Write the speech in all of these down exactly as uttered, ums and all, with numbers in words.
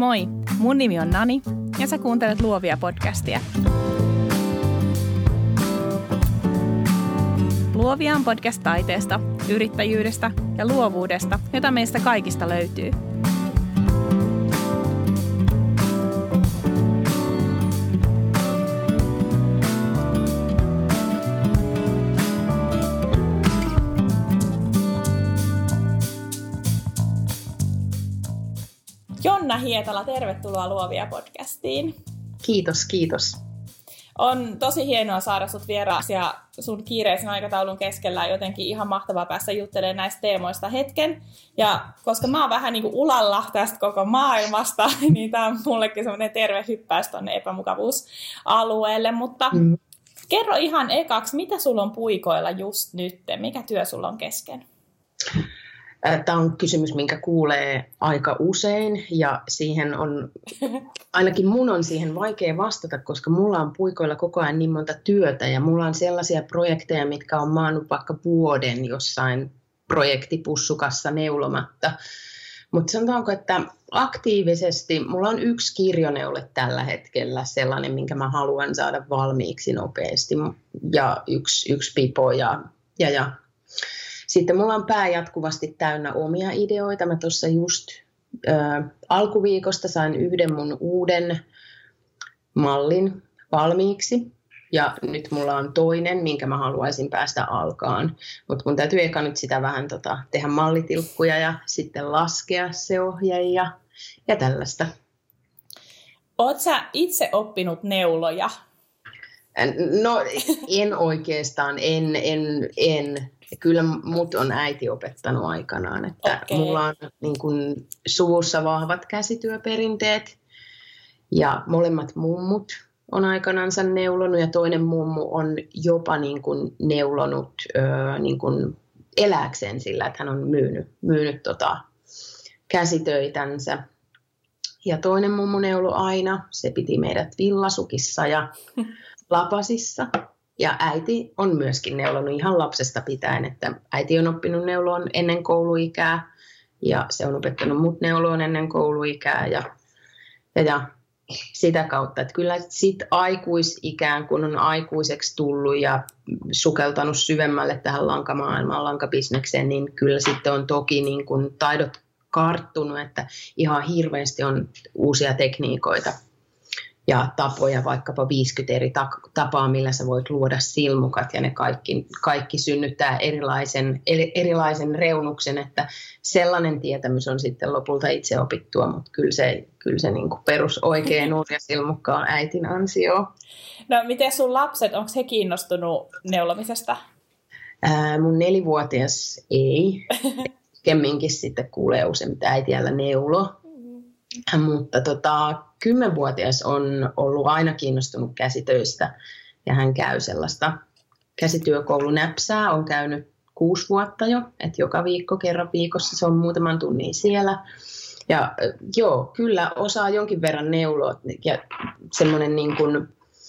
Moi, mun nimi on Nani ja sä kuuntelet Luovia podcastia. Luovia on podcast taiteesta, yrittäjyydestä ja luovuudesta, jota meistä kaikista löytyy. Jonna Hietala, tervetuloa Luovia podcastiin. Kiitos, kiitos. On tosi hienoa saada sut vieraaksi ja sun kiireisen aikataulun keskellä jotenkin ihan mahtavaa päästä juttelemaan näistä teemoista hetken. Ja koska mä oon vähän niin kuin ulalla tästä koko maailmasta, niin tää on mullekin semmoinen terve hyppäys tonne epämukavuusalueelle. Mutta mm. kerro ihan ekaksi, mitä sulla on puikoilla just nyt? Mikä työ sulla on kesken? Tämä on kysymys, minkä kuulee aika usein ja siihen on, ainakin mun on siihen vaikea vastata, koska mulla on puikoilla koko ajan niin monta työtä ja mulla on sellaisia projekteja, mitkä on maannut vaikka vuoden jossain projektipussukassa neulomatta. Mutta sanotaanko, että aktiivisesti mulla on yksi kirjoneule tällä hetkellä sellainen, minkä mä haluan saada valmiiksi nopeasti ja yksi, yksi pipo ja, ja, ja. Sitten mulla on pää jatkuvasti täynnä omia ideoita. Mä tuossa just ö, alkuviikosta sain yhden mun uuden mallin valmiiksi. Ja nyt mulla on toinen, minkä mä haluaisin päästä alkaan. Mutta mun täytyy eka nyt sitä vähän tota, tehdä mallitilkkuja ja sitten laskea se ohje ja, ja tällaista. Oot sä itse oppinut neuloja? No en oikeastaan, en, en, en. Kyllä mut on äiti opettanut aikanaan, että okay. Mulla on niin kun suvussa vahvat käsityöperinteet ja molemmat mummut on aikanansa neulonut ja toinen mummu on jopa niin kun neulonut öö, niin kun elääkseen sillä, että hän on myynyt, myynyt tota käsitöitänsä. Ja toinen mummu neuloi aina, se piti meidät villasukissa ja lapasissa. Ja äiti on myöskin neulonut ihan lapsesta pitäen, että äiti on oppinut neuloon ennen kouluikää ja se on opettanut mut neuloon ennen kouluikää ja, ja, ja sitä kautta, että kyllä sit aikuisikään, kun on aikuiseksi tullut ja sukeltanut syvemmälle tähän lankamaailmaan, lankabisnekseen, niin kyllä sitten on toki niin kun taidot karttunut, että ihan hirveästi on uusia tekniikoita. Ja tapoja, vaikkapa viisikymmentä eri tapaa, millä sä voit luoda silmukat ja ne kaikki, kaikki synnyttää erilaisen, erilaisen reunuksen, että sellainen tietämys on sitten lopulta itse opittua, mutta kyllä se, kyllä se niin kuin perus oikea nurjasilmukka on äitin ansio. No miten sun lapset, onko he kiinnostunut neulomisesta? Ää, mun nelivuotias ei, kemminkin sitten kuulee usein, mitä äiti älä neulo. Mutta tota, kymmenvuotias on ollut aina kiinnostunut käsitöistä ja hän käy sellaista käsityökoulunäpsää, on käynyt kuusi vuotta jo, että joka viikko kerran viikossa se on muutaman tunnin siellä. Ja joo, kyllä osaa jonkin verran neuloa ja semmoinen niin kuin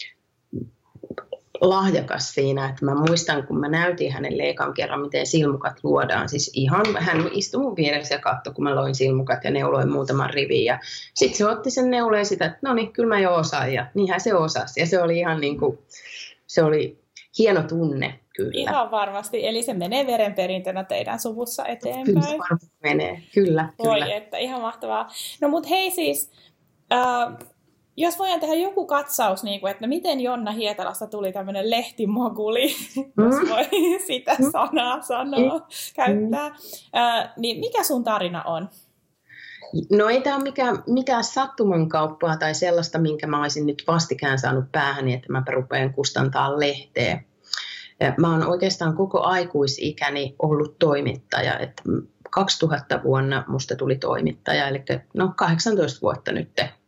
lahjakas siinä, että mä muistan, kun mä näytin hänelle ekan kerran, miten silmukat luodaan. Siis ihan, hän istui mun vieressä ja katsoi, kun mä loin silmukat ja neuloin muutaman rivin. Ja sitten se otti sen neuleen sitä, että no niin, kyllä mä jo osaan. Ja niinhän se osasi. Ja se oli ihan niin kuin, se oli hieno tunne, kyllä. Ihan varmasti. Eli se menee verenperintönä teidän suvussa eteenpäin. Kyllä se varmasti menee, kyllä. Voi kyllä. että, ihan mahtavaa. No mut hei siis... Äh, Jos voidaan tehdä joku katsaus, niin kuin, että miten Jonna Hietalasta tuli tämmöinen lehtimoguli, mm. jos voi sitä sanaa sanoa, mm. käyttää, äh, niin mikä sun tarina on? No ei tämä ole mikään, mikään sattumankauppaa tai sellaista, minkä mä olisin nyt vastikään saanut päähäni, että mä rupean kustantaa lehteä. Mä oon oikeastaan koko aikuisikäni ollut toimittaja, että kaksituhatta vuonna musta tuli toimittaja, eli no kahdeksantoista vuotta nyt.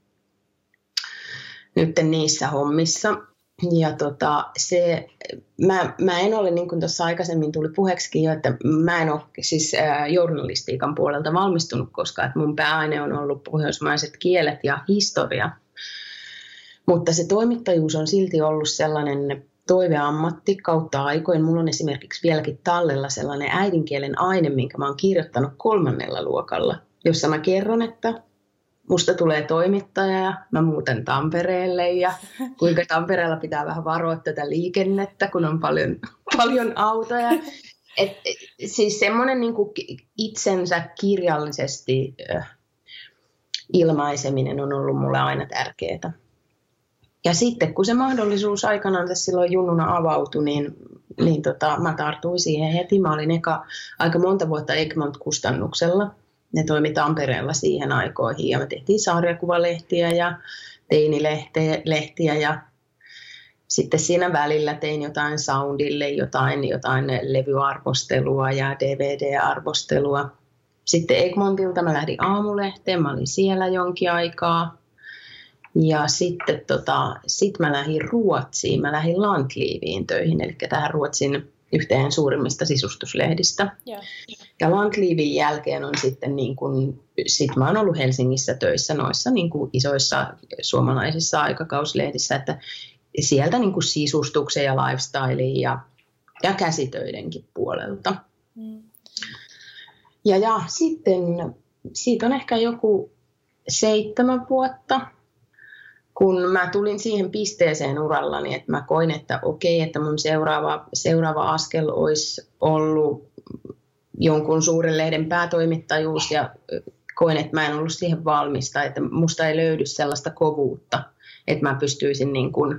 Nyt niissä hommissa. Ja tota, se, mä, mä en ole, niin kuin tuossa aikaisemmin tuli puheeksikin jo, että mä en ole siis ää, journalistiikan puolelta valmistunut koskaan, että mun pääaine on ollut pohjoismaiset kielet ja historia. Mutta se toimittajuus on silti ollut sellainen toiveammatti kautta aikojen. Mulla on esimerkiksi vieläkin tallella sellainen äidinkielen aine, minkä mä oon kirjoittanut kolmannella luokalla, jossa mä kerron, että musta tulee toimittaja ja mä muutan Tampereelle ja kuinka Tampereella pitää vähän varoa tätä liikennettä, kun on paljon, paljon autoja. Et, siis semmoinen niin kuin itsensä kirjallisesti äh, ilmaiseminen on ollut mulle aina tärkeää. Ja sitten kun se mahdollisuus aikanaan tässä silloin junnuna avautui, niin, niin tota, mä tartuin siihen heti. Mä olin eka aika monta vuotta Egmont-kustannuksella. Ne toimi Tampereella siihen aikoihin ja me tehtiin sarjakuvalehtiä ja teinilehtiä ja sitten siinä välillä tein jotain soundille, jotain, jotain levyarvostelua ja D V D-arvostelua. Sitten Egmontilta mä lähdin Aamulehteen, mä olin siellä jonkin aikaa. Ja sitten tota, sit mä lähdin Ruotsiin, mä lähdin Landliviin töihin, eli tähän Ruotsin yhteen suurimmista sisustuslehdistä. Yeah. Ja Landlivin jälkeen on sitten niin kuin, sit mä oon ollut Helsingissä töissä noissa niin kuin isoissa suomalaisissa aikakauslehdissä, että sieltä niin kuin sisustuksen ja lifestylein ja, ja käsitöidenkin puolelta. Mm. Ja, ja sitten siitä on ehkä joku seitsemän vuotta, kun mä tulin siihen pisteeseen urallani, että mä koin, että okei, että mun seuraava, seuraava askel olisi ollut jonkun suuren lehden päätoimittajuus ja koin, että mä en ollut siihen valmista, että musta ei löydy sellaista kovuutta, että mä pystyisin niin kuin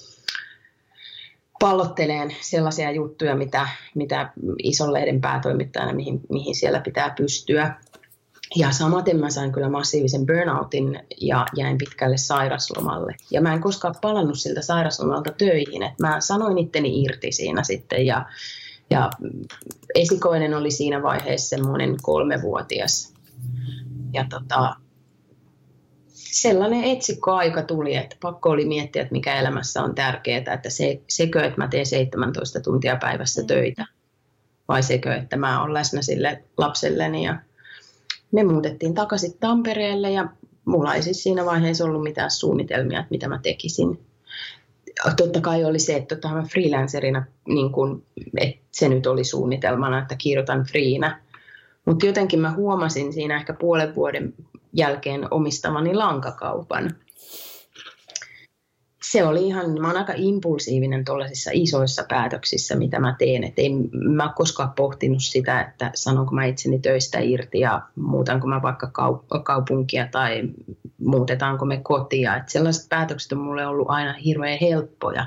pallotteleen sellaisia juttuja, mitä, mitä ison lehden päätoimittajana, mihin, mihin siellä pitää pystyä. Ja samaten mä sain kyllä massiivisen burnoutin ja jäin pitkälle sairaslomalle. Ja mä en koskaan palannut siltä sairaslomalta töihin, että mä sanoin itteni irti siinä sitten. Ja, ja esikoinen oli siinä vaiheessa semmoinen kolmevuotias. Ja tota, sellainen etsikkoaika tuli, että pakko oli miettiä, että mikä elämässä on tärkeää, että se, sekö, että mä teen seitsemäntoista tuntia päivässä töitä, vai sekö, että mä oon läsnä sille lapselleni. Ja me muutettiin takaisin Tampereelle ja mulla ei siis siinä vaiheessa ollut mitään suunnitelmia, että mitä mä tekisin. Totta kai oli se, että tota, mä freelancerina, niin kun, että se nyt oli suunnitelmana, että kirjoitan freena. Mutta jotenkin mä huomasin siinä ehkä puolen vuoden jälkeen omistamani lankakaupan. Se oli ihan, mä oon aika impulsiivinen tuollaisissa isoissa päätöksissä, mitä mä teen. Et en mä ole koskaan pohtinut sitä, että sanonko mä itseni töistä irti ja muutanko mä vaikka kaupunkia tai muutetaanko me kotia. Et sellaiset päätökset on mulle ollut aina hirveän helppoja,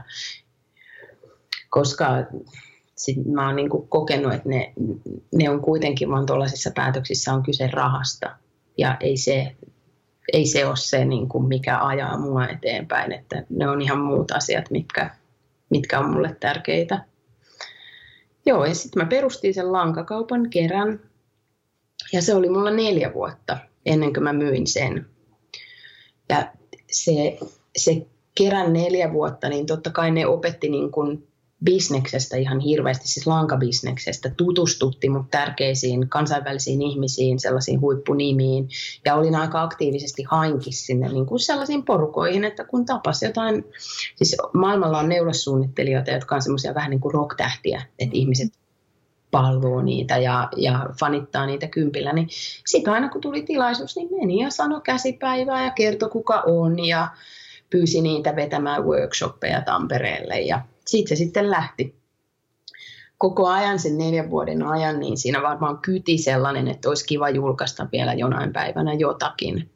koska sit mä oon niinku kokenut, että ne, ne on kuitenkin vaan tuollaisissa päätöksissä on kyse rahasta ja ei se... Ei se ole se, niin kuin mikä ajaa mua eteenpäin, että ne on ihan muut asiat, mitkä, mitkä on mulle tärkeitä. Joo, ja sitten mä perustin sen lankakaupan Kerän, ja se oli mulla neljä vuotta ennen kuin mä myin sen. Ja se, se Kerän neljä vuotta, niin totta kai ne opetti niin kuin bisneksestä ihan hirveästi, siis lankabisneksestä, tutustutti mut tärkeisiin kansainvälisiin ihmisiin, sellaisiin huippunimiin, ja olin aika aktiivisesti hainkin sinne niin kuin sellaisiin porukoihin, että kun tapas jotain, siis maailmalla on neulassuunnittelijoita, jotka on semmoisia vähän niin kuin rock-tähtiä, että ihmiset palvoo niitä ja, ja fanittaa niitä kympillä, niin sitten aina kun tuli tilaisuus, niin meni ja sanoi käsipäivää ja kertoi kuka on, ja pyysi niitä vetämään workshoppeja Tampereelle, ja siitä se sitten lähti. Koko ajan, sen neljän vuoden ajan, niin siinä varmaan kyti sellainen, että olisi kiva julkaista vielä jonain päivänä jotakin.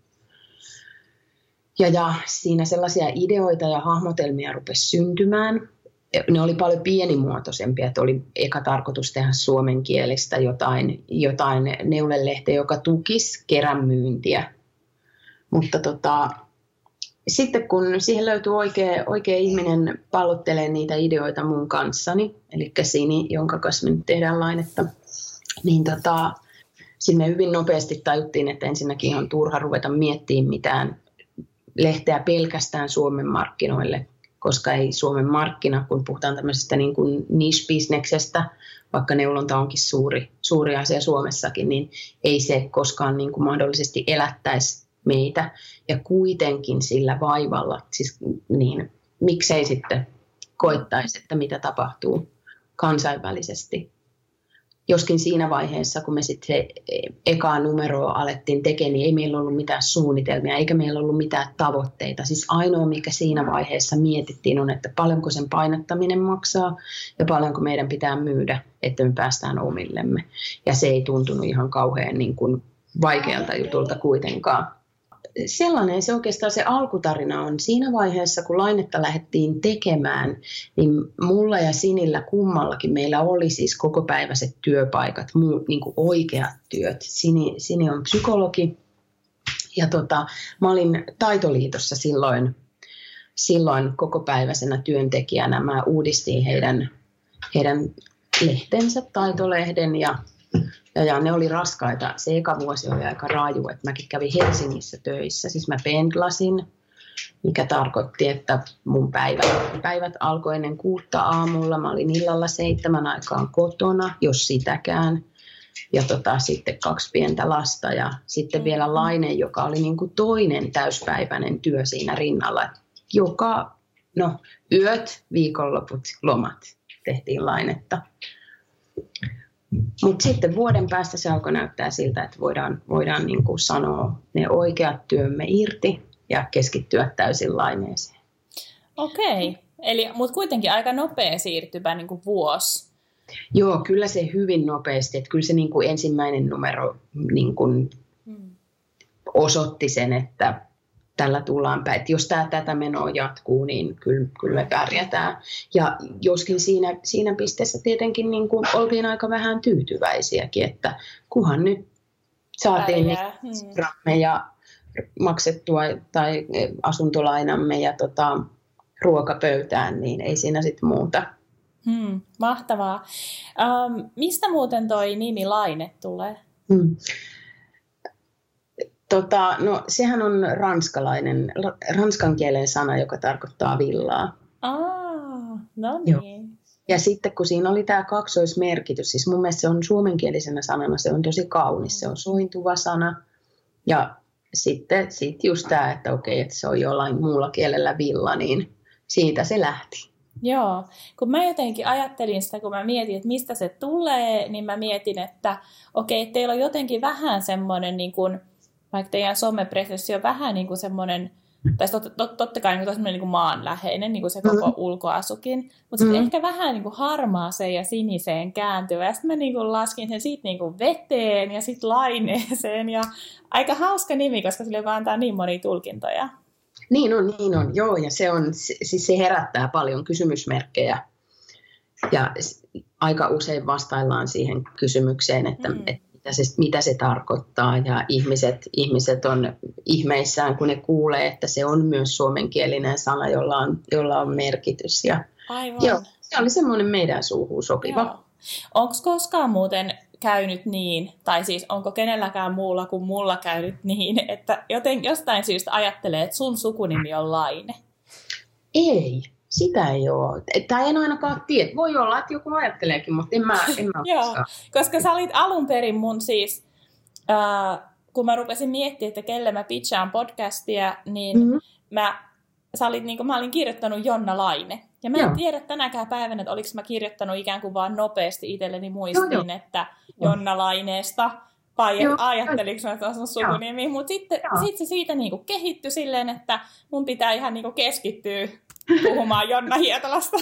Ja, ja siinä sellaisia ideoita ja hahmotelmia rupesi syntymään. Ne oli paljon pienimuotoisempia, että oli eka tarkoitus tehdä suomenkielistä jotain, jotain neulelehteä, joka tukisi Kerän myyntiä. Mutta tota... Sitten kun siihen löytyi oikea, oikea ihminen pallottelee niitä ideoita mun kanssani, eli Sini, jonka kanssa me nyt tehdään lainetta, niin tota, sinne hyvin nopeasti tajuttiin, että ensinnäkin on turha ruveta miettimään mitään lehteä pelkästään Suomen markkinoille, koska ei Suomen markkina, kun puhutaan tämmöisestä niin kuin niche-bisneksestä, vaikka neulonta onkin suuri, suuri asia Suomessakin, niin ei se koskaan niin kuin mahdollisesti elättäisi meitä, ja kuitenkin sillä vaivalla, siis niin miksei sitten koettaisi, että mitä tapahtuu kansainvälisesti. Joskin siinä vaiheessa, kun me sitten se ekaa numeroa alettiin tekemään, niin ei meillä ollut mitään suunnitelmia, eikä meillä ollut mitään tavoitteita. Siis ainoa, mikä siinä vaiheessa mietittiin, on, että paljonko sen painottaminen maksaa ja paljonko meidän pitää myydä, että me päästään omillemme. Ja se ei tuntunut ihan kauhean niin kuin vaikealta jutulta kuitenkaan. Sellainen se oikeastaan se alkutarina on. Siinä vaiheessa, kun lainetta lähdettiin tekemään, niin mulla ja Sinillä kummallakin meillä oli siis kokopäiväiset työpaikat, muu, niin kuin oikeat työt. Sini, Sini on psykologi ja tota, mä olin Taitoliitossa silloin, silloin kokopäiväisenä työntekijänä. Mä uudistin heidän, heidän lehtensä, Taitolehden ja Ja, ja ne oli raskaita. Se eka vuosi oli aika raju, että mäkin kävin Helsingissä töissä. Siis mä pendlasin, mikä tarkoitti, että mun päivät, päivät alkoi ennen kuutta aamulla. Mä olin illalla seitsemän aikaan kotona, jos sitäkään. Ja tota, sitten kaksi pientä lasta ja sitten vielä Laine, joka oli niin kuin toinen täyspäiväinen työ siinä rinnalla. Joka, no yöt, viikonloput, lomat tehtiin Lainetta. Mutta sitten vuoden päästä se alkoi näyttää siltä, että voidaan, voidaan niin kuin sanoa ne oikeat työmme irti ja keskittyä täysin Laineeseen. Okei, eli mutta kuitenkin aika nopea siirtymä niin kuin vuosi. Joo, kyllä se hyvin nopeasti. Että kyllä se niin kuin ensimmäinen numero niin kuin hmm. osoitti sen, että tällä tullaan päin. Jos tämä tätä menoa jatkuu, niin kyllä, kyllä pärjätään. Ja joskin siinä, siinä pisteessä tietenkin niin kuin oltiin aika vähän tyytyväisiäkin, että kunhan nyt saatiin hmm. rammeja maksettua tai asuntolainamme ja tota, ruokapöytään, niin ei siinä sitten muuta. Hmm, mahtavaa. Um, mistä muuten toi nimi Laine tulee? Hmm. Tota, no, sehän on ranskalainen, ranskan kielen sana, joka tarkoittaa villaa. Ah, no niin. Joo. Ja sitten kun siinä oli tämä kaksoismerkitys, siis mun mielestä se on suomenkielisenä sanana, se on tosi kaunis, se on sointuva sana. Ja sitten sit just tämä, että okei, että se on jollain muulla kielellä villa, niin siitä se lähti. Joo, kun mä jotenkin ajattelin sitä, kun mä mietin, että mistä se tulee, niin mä mietin, että okei, teillä on jotenkin vähän semmoinen niin kuin vaikka teidän somepresenssi on vähän niin kuin semmoinen, tai tot, tot, totta kai niin kuin niin kuin maanläheinen, niin kuin se koko mm. ulkoasukin, mutta sitten mm. ehkä vähän niin kuin harmaaseen ja siniseen kääntyvä. Ja sitten mä niin kuin laskin sen siitä niin kuin veteen ja sitten Laineeseen. Ja aika hauska nimi, koska sille vaan antaa niin monia tulkintoja. Niin on, niin on. Joo, ja se, on, siis se herättää paljon kysymysmerkkejä. Ja aika usein vastaillaan siihen kysymykseen, että mm. et, Mitä se, mitä se tarkoittaa, ja ihmiset, ihmiset on ihmeissään, kun ne kuulee, että se on myös suomenkielinen sana, jolla on, jolla on merkitys. Ja, Aivan. Joo, se oli semmoinen meidän suuhun sopiva. Onko koskaan muuten käynyt niin, tai siis onko kenelläkään muulla kuin mulla käynyt niin, että joten, jostain syystä ajattelee, että sun sukunimi on Laine? Ei. Sitä ei ole. Tai en ainakaan tiedä. Voi olla, että joku ajatteleekin, mutta en mä, en mä Joo, koska sä olit alun perin mun siis, äh, kun mä rupesin miettimään, että kelle mä pitchaan podcastia, niin mm-hmm. mä, sä olit, niin kuin, mä olin kirjoittanut Jonna Laine. Ja mä en Joo. tiedä tänäkään päivänä, että oliko mä kirjoittanut ikään kuin vaan nopeasti itselleni muistin, Joo, jo. että Jonna Laineesta, vai ajattelinko mä, että on sun sukunimi. Mutta sitten sit se siitä niin kuin kehittyi silleen, että mun pitää ihan niin kuin keskittyä puhumaan Jonna Hietalasta.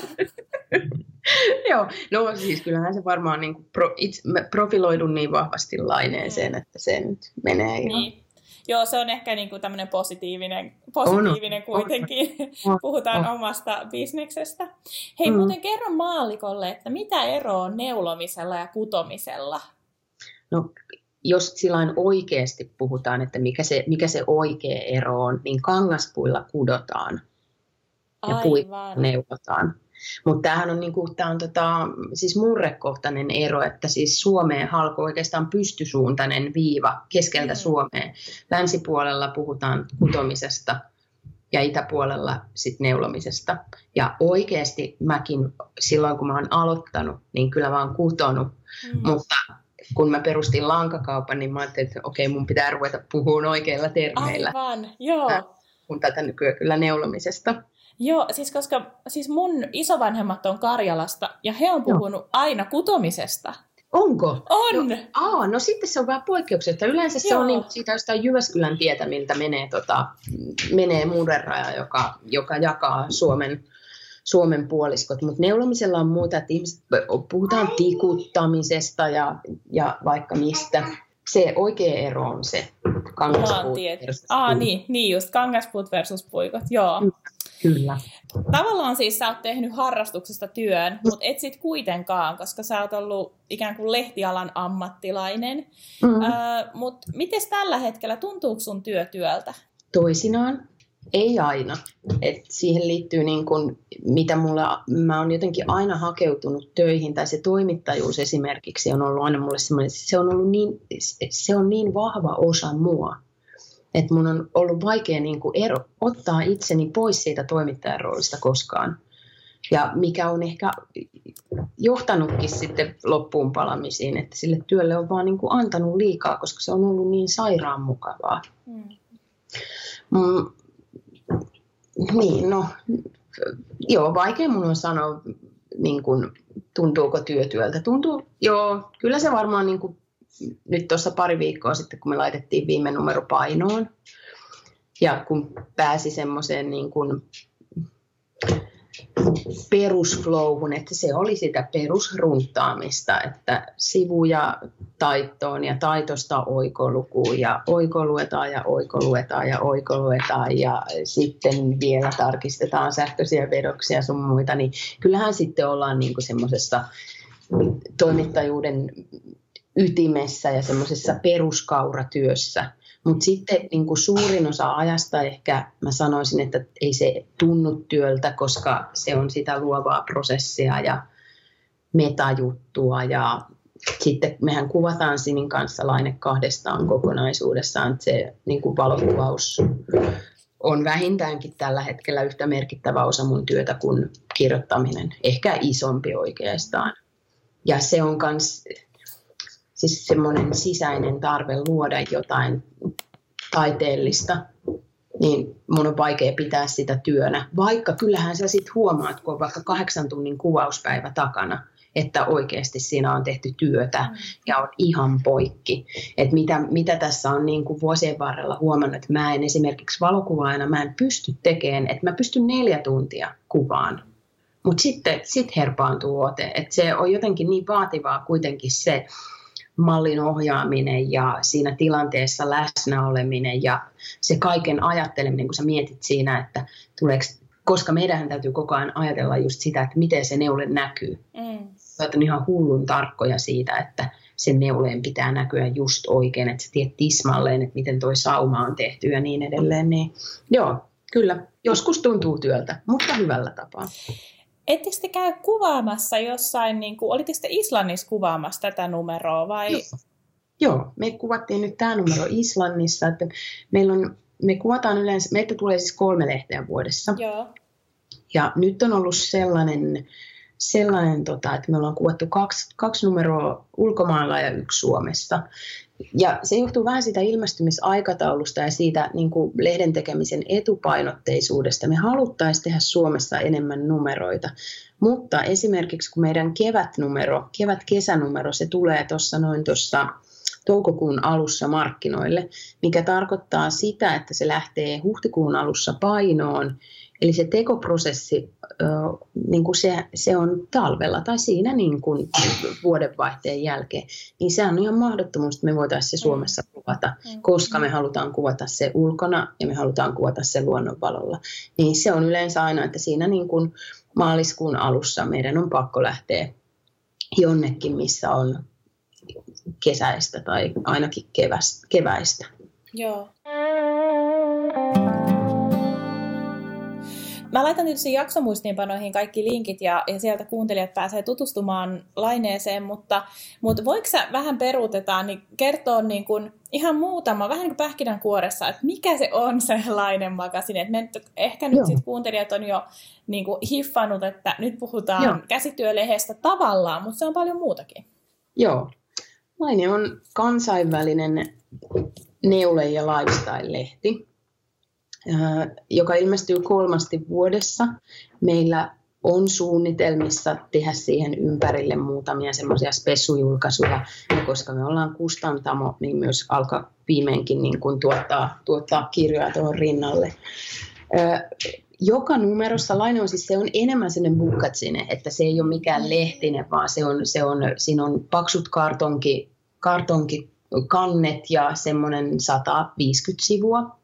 Joo, no siis kyllähän se varmaan niin kuin pro, itse, profiloidun niin vahvasti Laineeseen, mm. että se nyt menee ihan. Niin. Joo, se on ehkä niin kuin tämmöinen positiivinen, positiivinen on, kuitenkin. On, Puhutaan on. omasta bisneksestä. Hei, mm. muuten kerro maallikolle, että mitä eroa on neulomisella ja kutomisella? No, jos sillain oikeasti puhutaan, että mikä se, mikä se oikea ero on, niin kangaspuilla kudotaan. Ja puilla neuvotaan. Mutta tämähän on, niinku, tää on tota, siis murrekohtainen ero, että siis Suomeen halkoo oikeastaan pystysuuntainen viiva keskeltä mm. Suomeen. Länsipuolella puhutaan kutomisesta ja itäpuolella sit neulomisesta. Ja oikeasti mäkin silloin, kun mä oon aloittanut, niin kyllä mä oon kutonut. Mm. Mutta kun mä perustin lankakaupan, niin mä ajattelin, että okei, mun pitää ruveta puhumaan oikeilla termeillä. Aivan, joo. Kun tätä nykyään kyllä neulomisesta. Joo, siis koska siis mun isovanhemmat on Karjalasta ja he on puhunut Joo. aina kutomisesta. Onko? On! No, aa, no sitten se on vähän poikkeuksetta. Yleensä se Joo. on niin, siitä jostain Jyväskylän tietä, miltä menee, tota, menee murreraja, joka, joka jakaa Suomen, Suomen puoliskot. Mutta neulomisella on muuta, että ihmiset, puhutaan tikuttamisesta ja, ja vaikka mistä. Se oikea ero on se kangaspuut versus Aa, niin, niin just, kangaspuut versus puikot, joo. Kyllä. Tavallaan siis sä oot tehnyt harrastuksesta työn, mutta et sit kuitenkaan, koska sä oot ollut ikään kuin lehtialan ammattilainen. Mm-hmm. Öö, mutta miten tällä hetkellä, tuntuuko sun työ työltä? Toisinaan, ei aina. Et siihen liittyy niin kun, mitä mulla, mä oon jotenkin aina hakeutunut töihin, tai se toimittajuus esimerkiksi on ollut aina mulle semmoinen, se on ollut niin, se on niin vahva osa mua. Että mun on ollut vaikea niin kuin ero, ottaa itseni pois siitä toimittajan roolista koskaan. Ja mikä on ehkä johtanutkin sitten loppuun palamisiin, että sille työlle on vaan niin kuin antanut liikaa, koska se on ollut niin sairaan mukavaa. Mm. Mm, niin, no, joo, vaikea mun on sanoa, niin kuin, tuntuuko työ työltä. Tuntuu, joo, kyllä se varmaan niin kuin, nyt tuossa pari viikkoa sitten, kun me laitettiin viime numero painoon, ja kun pääsi semmoiseen niin kuin perusflowhun, että se oli sitä perusruntaamista, että sivuja taittoon ja taitosta oikolukuun ja oikoluetaan ja oikoluetaan ja oikoluetaan ja sitten vielä tarkistetaan sähköisiä vedoksia sun muita, niin kyllähän sitten ollaan niin kuin semmoisessa toimittajuuden ytimessä ja semmoisessa peruskauratyössä. Mutta sitten niin kuin suurin osa ajasta ehkä mä sanoisin, että ei se tunnu työltä, koska se on sitä luovaa prosessia ja metajuttua. Ja sitten mehän kuvataan Sinin kanssa Laine kahdestaan kokonaisuudessaan, että se niin kuin valokuvaus on vähintäänkin tällä hetkellä yhtä merkittävä osa mun työtä kuin kirjoittaminen, ehkä isompi oikeastaan. Ja se on myös siis semmoinen sisäinen tarve luoda jotain taiteellista, niin mun on vaikea pitää sitä työnä. Vaikka kyllähän sä sit huomaat, kun on vaikka kahdeksan tunnin kuvauspäivä takana, että oikeasti siinä on tehty työtä mm. ja on ihan poikki. Että mitä, mitä tässä on niin kuin vuosien varrella huomannut, että mä en esimerkiksi valokuvaajana, mä en pysty tekemään, että mä pystyn neljä tuntia kuvaan. Mutta sitten sit herpaantuu ote. Että se on jotenkin niin vaativaa kuitenkin se mallin ohjaaminen ja siinä tilanteessa läsnä oleminen ja se kaiken ajatteleminen, kun sä mietit siinä, että tuleeko, koska meidän täytyy koko ajan ajatella just sitä, että miten se neule näkyy. Mm. Sä on ihan hullun tarkkoja siitä, että sen neuleen pitää näkyä just oikein, että sä tiedät tismalleen, että miten toi sauma on tehty ja niin edelleen. Niin, joo, kyllä, joskus tuntuu työltä, mutta hyvällä tapaa. Ettekö te käy kuvaamassa jossain, niin kuin, olitteko te Islannissa kuvaamassa tätä numeroa vai? Joo, Joo me kuvattiin nyt tämä numero Islannissa, että meillä on, me kuvataan yleensä, meiltä tulee siis kolme lehteä vuodessa. Joo. Ja nyt on ollut sellainen, sellainen tota, että me ollaan kuvattu kaksi, kaksi numeroa ulkomailla ja yksi Suomessa. Ja se johtuu vähän siitä ilmestymisaikataulusta ja siitä niin kuin lehden tekemisen etupainotteisuudesta. Me haluttaisiin tehdä Suomessa enemmän numeroita, mutta esimerkiksi kun meidän kevätnumero, kevät-kesänumero, se tulee tuossa noin tuossa toukokuun alussa markkinoille, mikä tarkoittaa sitä, että se lähtee huhtikuun alussa painoon. Eli se tekoprosessi, niin kuin se, se on talvella tai siinä niin kuin vuodenvaihteen jälkeen, niin se on ihan mahdottomuus, että me voitaisiin se Suomessa kuvata, koska me halutaan kuvata se ulkona ja me halutaan kuvata se luonnonvalolla. Niin se on yleensä aina, että siinä niin kuin maaliskuun alussa meidän on pakko lähteä jonnekin, missä on kesäistä tai ainakin kevästä, keväistä. Joo. Mä laitan tietysti jaksomuistiinpanoihin kaikki linkit ja, ja sieltä kuuntelijat pääsee tutustumaan Laineeseen, mutta, mutta voiko sä vähän peruutetaan, niin kertoa niin kuin ihan muutama, vähän niin kuin pähkinänkuoressa, että mikä se on se Laine Magazine. Että me, ehkä nyt sit kuuntelijat on jo niin kuin hiffannut, että nyt puhutaan Joo. käsityölehdestä tavallaan, mutta se on paljon muutakin. Joo. Laine on kansainvälinen neule- ja lifestyle-lehti, joka ilmestyy kolmasti vuodessa. Meillä on suunnitelmissa tehdä siihen ympärille muutamia semmoisia spessujulkaisuja, ja koska me ollaan kustantamo, niin myös alkaa viimeinkin niin kuin tuottaa, tuottaa kirjoja tuohon rinnalle. Joka numerossa Laine on siis, se on enemmän sellainen bukatsine, että se ei ole mikään lehtinen, vaan se on, se on, siinä on paksut kartonki, kartonkikannet ja semmoinen sata viisikymmentä sivua.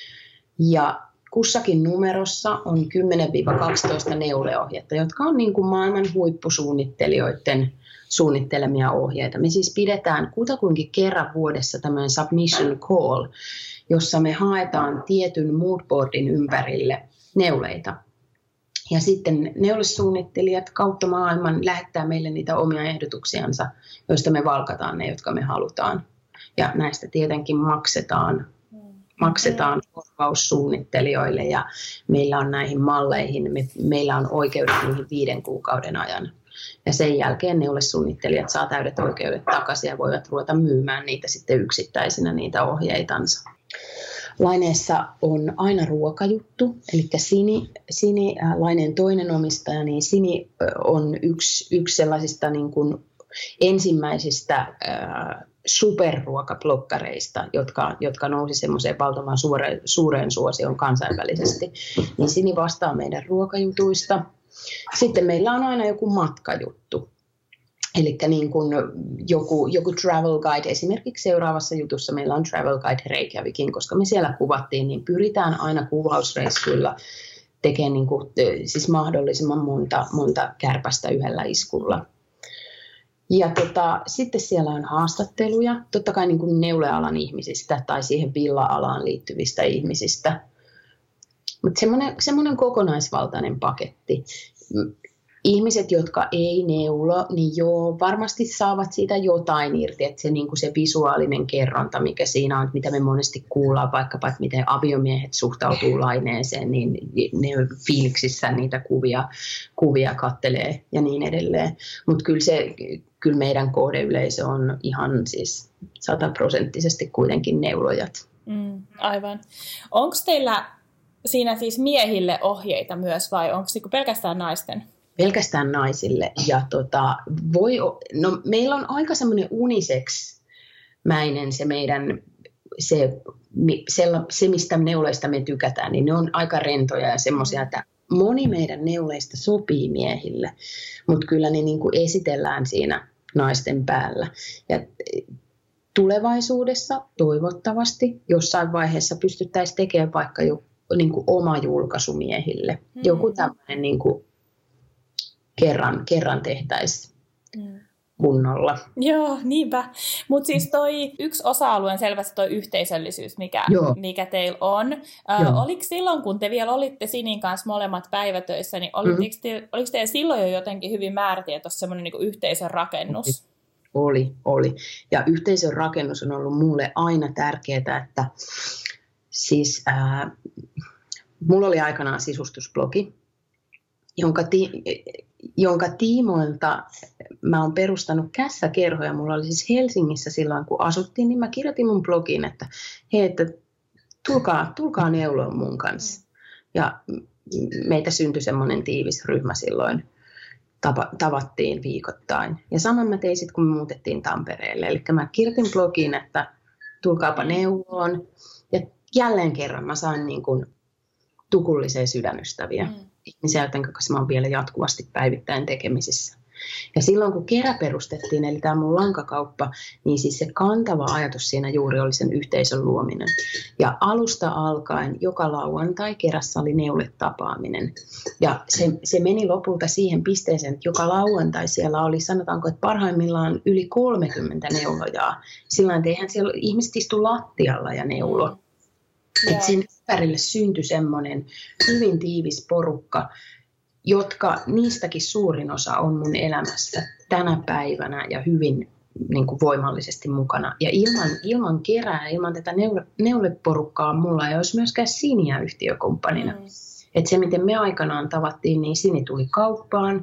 Ja kussakin numerossa on kymmenen kaksitoista neuleohjetta, jotka on niin kuin maailman huippusuunnittelijoiden suunnittelemia ohjeita. Me siis pidetään kutakuinkin kerran vuodessa tämmöinen submission call, jossa me haetaan tietyn moodboardin ympärille neuleita. Ja sitten neulesuunnittelijat kautta maailman lähettää meille niitä omia ehdotuksiansa, joista me valkataan ne, jotka me halutaan. Ja näistä tietenkin maksetaan, maksetaan korvaussuunnittelijoille ja meillä on näihin malleihin, me, meillä on oikeudet niihin viiden kuukauden ajan. Ja sen jälkeen neulesuunnittelijat saa täydet oikeudet takaisin ja voivat ruveta myymään niitä sitten yksittäisinä niitä ohjeitansa. Laineessa on aina ruokajuttu, eli Sini, Sini Laineen toinen omistaja, niin Sini on yksi, yksi sellaisista niin kuin ensimmäisistä äh, superruokablokkareista, jotka, jotka nousi semmoiseen valtavan suureen, suureen suosioon kansainvälisesti. Niin Sini vastaa meidän ruokajutuista. Sitten meillä on aina joku matkajuttu. Eli niin kuin joku, joku travel guide, esimerkiksi seuraavassa jutussa meillä on travel guide Reykjavikin, koska me siellä kuvattiin, niin pyritään aina kuvausreissuilla tekemään niin kuin, siis mahdollisimman monta, monta kärpästä yhdellä iskulla. Ja tota, sitten siellä on haastatteluja, totta kai niin kuin neulealan ihmisistä tai siihen villa-alaan liittyvistä ihmisistä. Mutta semmoinen, semmoinen kokonaisvaltainen paketti. Ihmiset, jotka ei neulo, niin joo, varmasti saavat siitä jotain irti, että se, niin kuin se visuaalinen kerronta, mikä siinä on, mitä me monesti kuullaan, vaikkapa, että miten aviomiehet suhtautuu Laineeseen, niin ne fiiliksissä niitä kuvia, kuvia kattelee ja niin edelleen. Mutta kyllä, se, kyllä meidän kohdeyleisö on ihan siis sataprosenttisesti kuitenkin neulojat. Mm, aivan. Onko teillä siinä siis miehille ohjeita myös vai onko se pelkästään naisten? Pelkästään naisille. Ja tota, voi, no, meillä on aika semmoinen unisex-mäinen se meidän, se, se, se mistä neuleista me tykätään, niin ne on aika rentoja ja semmoisia, että moni meidän neuleista sopii miehille, mutta kyllä ne niin kuin esitellään siinä naisten päällä. Ja tulevaisuudessa toivottavasti jossain vaiheessa pystyttäisiin tekemään vaikka jo niin kuin oma julkaisu miehille. Mm-hmm. Joku tämmöinen niin kuin kerran, kerran tehtäisiin mm. kunnolla. Joo, niinpä. Mutta siis toi yksi osa-alue on selvästi toi yhteisöllisyys, mikä, mikä teillä on. Ö, oliko silloin, kun te vielä olitte Sinin kanssa molemmat päivätöissä, niin oliko, mm-hmm. te, oliko teillä silloin jo jotenkin hyvin määritietoista semmoinen niin kuin yhteisön rakennus? Oli, oli. Ja yhteisön rakennus on ollut mulle aina tärkeää, että siis äh, mulla oli aikanaan sisustusblogi, jonka, ti, jonka tiimoilta mä oon perustanut kässäkerhoja. Mulla oli siis Helsingissä silloin, kun asuttiin, niin mä kirjoitin mun blogiin, että hei, että tulkaa, tulkaa neuloon mun kanssa. Ja meitä syntyi semmoinen tiivis ryhmä silloin. Tapa, tavattiin viikoittain. Ja saman mä tein sitten, kun me muutettiin Tampereelle. Eli mä kirjoitin blogiin, että tulkaapa neuvoon. Ja jälleen kerran mä sain niin kuin tukullisia sydänystäviä. Mm. Ihmisiä, joiden kanssa mä oon vielä jatkuvasti päivittäin tekemisissä. Ja silloin, kun Kerä perustettiin, eli tämä mun lankakauppa, niin siis se kantava ajatus siinä juuri oli sen yhteisön luominen. Ja alusta alkaen joka lauantai Kerässä oli neuletapaaminen. Ja se, se meni lopulta siihen pisteeseen, että joka lauantai siellä oli, sanotaanko, että parhaimmillaan yli kolmekymmentä neulojaa. Silloin eihän siellä ihmiset istu lattialla ja neulo. Yeah. Että sen ympärille syntyi semmoinen hyvin tiivis porukka, jotka niistäkin suurin osa on mun elämässä tänä päivänä ja hyvin niin kuin voimallisesti mukana. Ja ilman, ilman Kerää, ilman tätä neule, neuleporukkaa mulla ei olisi myöskään Siniä yhtiökumppanina. Mm. Että se, miten me aikanaan tavattiin, niin Sini tuli kauppaan.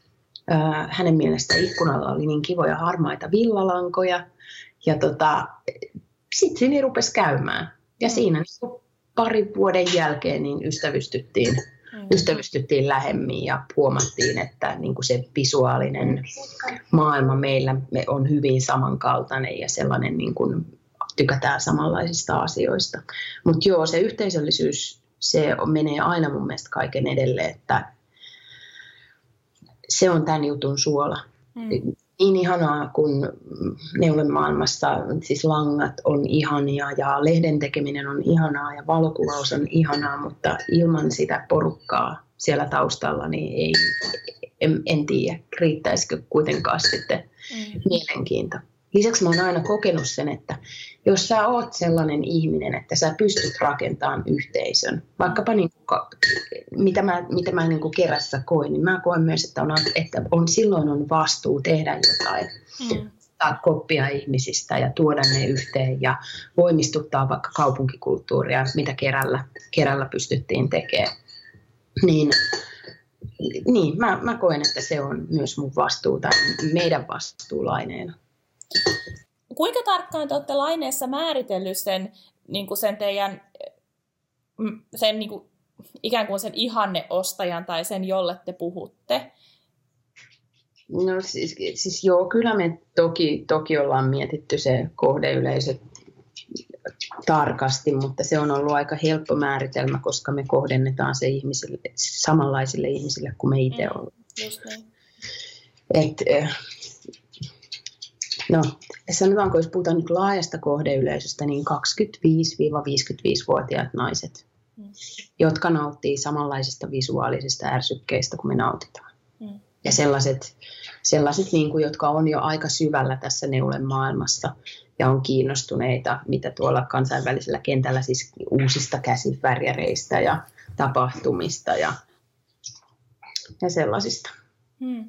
Äh, hänen mielestä ikkunalla oli niin kivoja harmaita villalankoja. Ja tota, sitten Sini rupesi käymään. Ja mm. siinä niin pari vuoden jälkeen niin ystävystyttiin. Mm. ystävystyttiin lähemmin ja huomattiin, että niin kuin se visuaalinen maailma meillä me on hyvin samankaltainen ja sellainen niin kuin tykätään samanlaisista asioista. Mutta joo, se yhteisöllisyys, se menee aina mun mielestä kaiken edelle, että se on tämän jutun suola. Mm. Niin ihanaa, kun neulen maailmassa siis langat on ihania ja lehden tekeminen on ihanaa ja valokuvaus on ihanaa, mutta ilman sitä porukkaa siellä taustalla niin ei, en, en tiedä, riittäisikö kuitenkaan sitten mm. mielenkiinto. Lisäksi mä oon aina kokenut sen, että jos sä oot sellainen ihminen, että sä pystyt rakentamaan yhteisön, vaikkapa niin kuin, mitä mä, mitä mä niin kuin kerässä koin, niin mä koen myös, että, on, että on, silloin on vastuu tehdä jotain, mm. ottaa koppia ihmisistä ja tuoda ne yhteen ja voimistuttaa vaikka kaupunkikulttuuria, mitä kerällä, kerällä pystyttiin tekemään. Niin, niin mä, mä koen, että se on myös mun vastuu tai meidän vastuulaineena. Kuinka tarkkaan te olette Laineessa määritellyt sen, niin kuin sen teidän, sen, niin kuin, ikään kuin sen ihanneostajan tai sen, jolle te puhutte? No siis, siis joo, kyllä me toki, toki ollaan mietitty se kohdeyleisö tarkasti, mutta se on ollut aika helppo määritelmä, koska me kohdennetaan se ihmisille, samanlaisille ihmisille kuin me itse ollaan. Mm, just niin. Et, no, sanotaanko, jos puhutaan nyt laajasta kohdeyleisöstä, niin kaksikymmentäviisi–viisikymmentäviisi-vuotiaat naiset, mm. jotka nauttii samanlaisista visuaalisista ärsykkeistä kuin me nautitaan. Mm. Ja sellaiset, sellaiset niin kuin, jotka on jo aika syvällä tässä neulen maailmassa ja on kiinnostuneita, mitä tuolla kansainvälisellä kentällä, siis uusista käsivärjäreistä ja tapahtumista ja, ja sellaisista. Mm.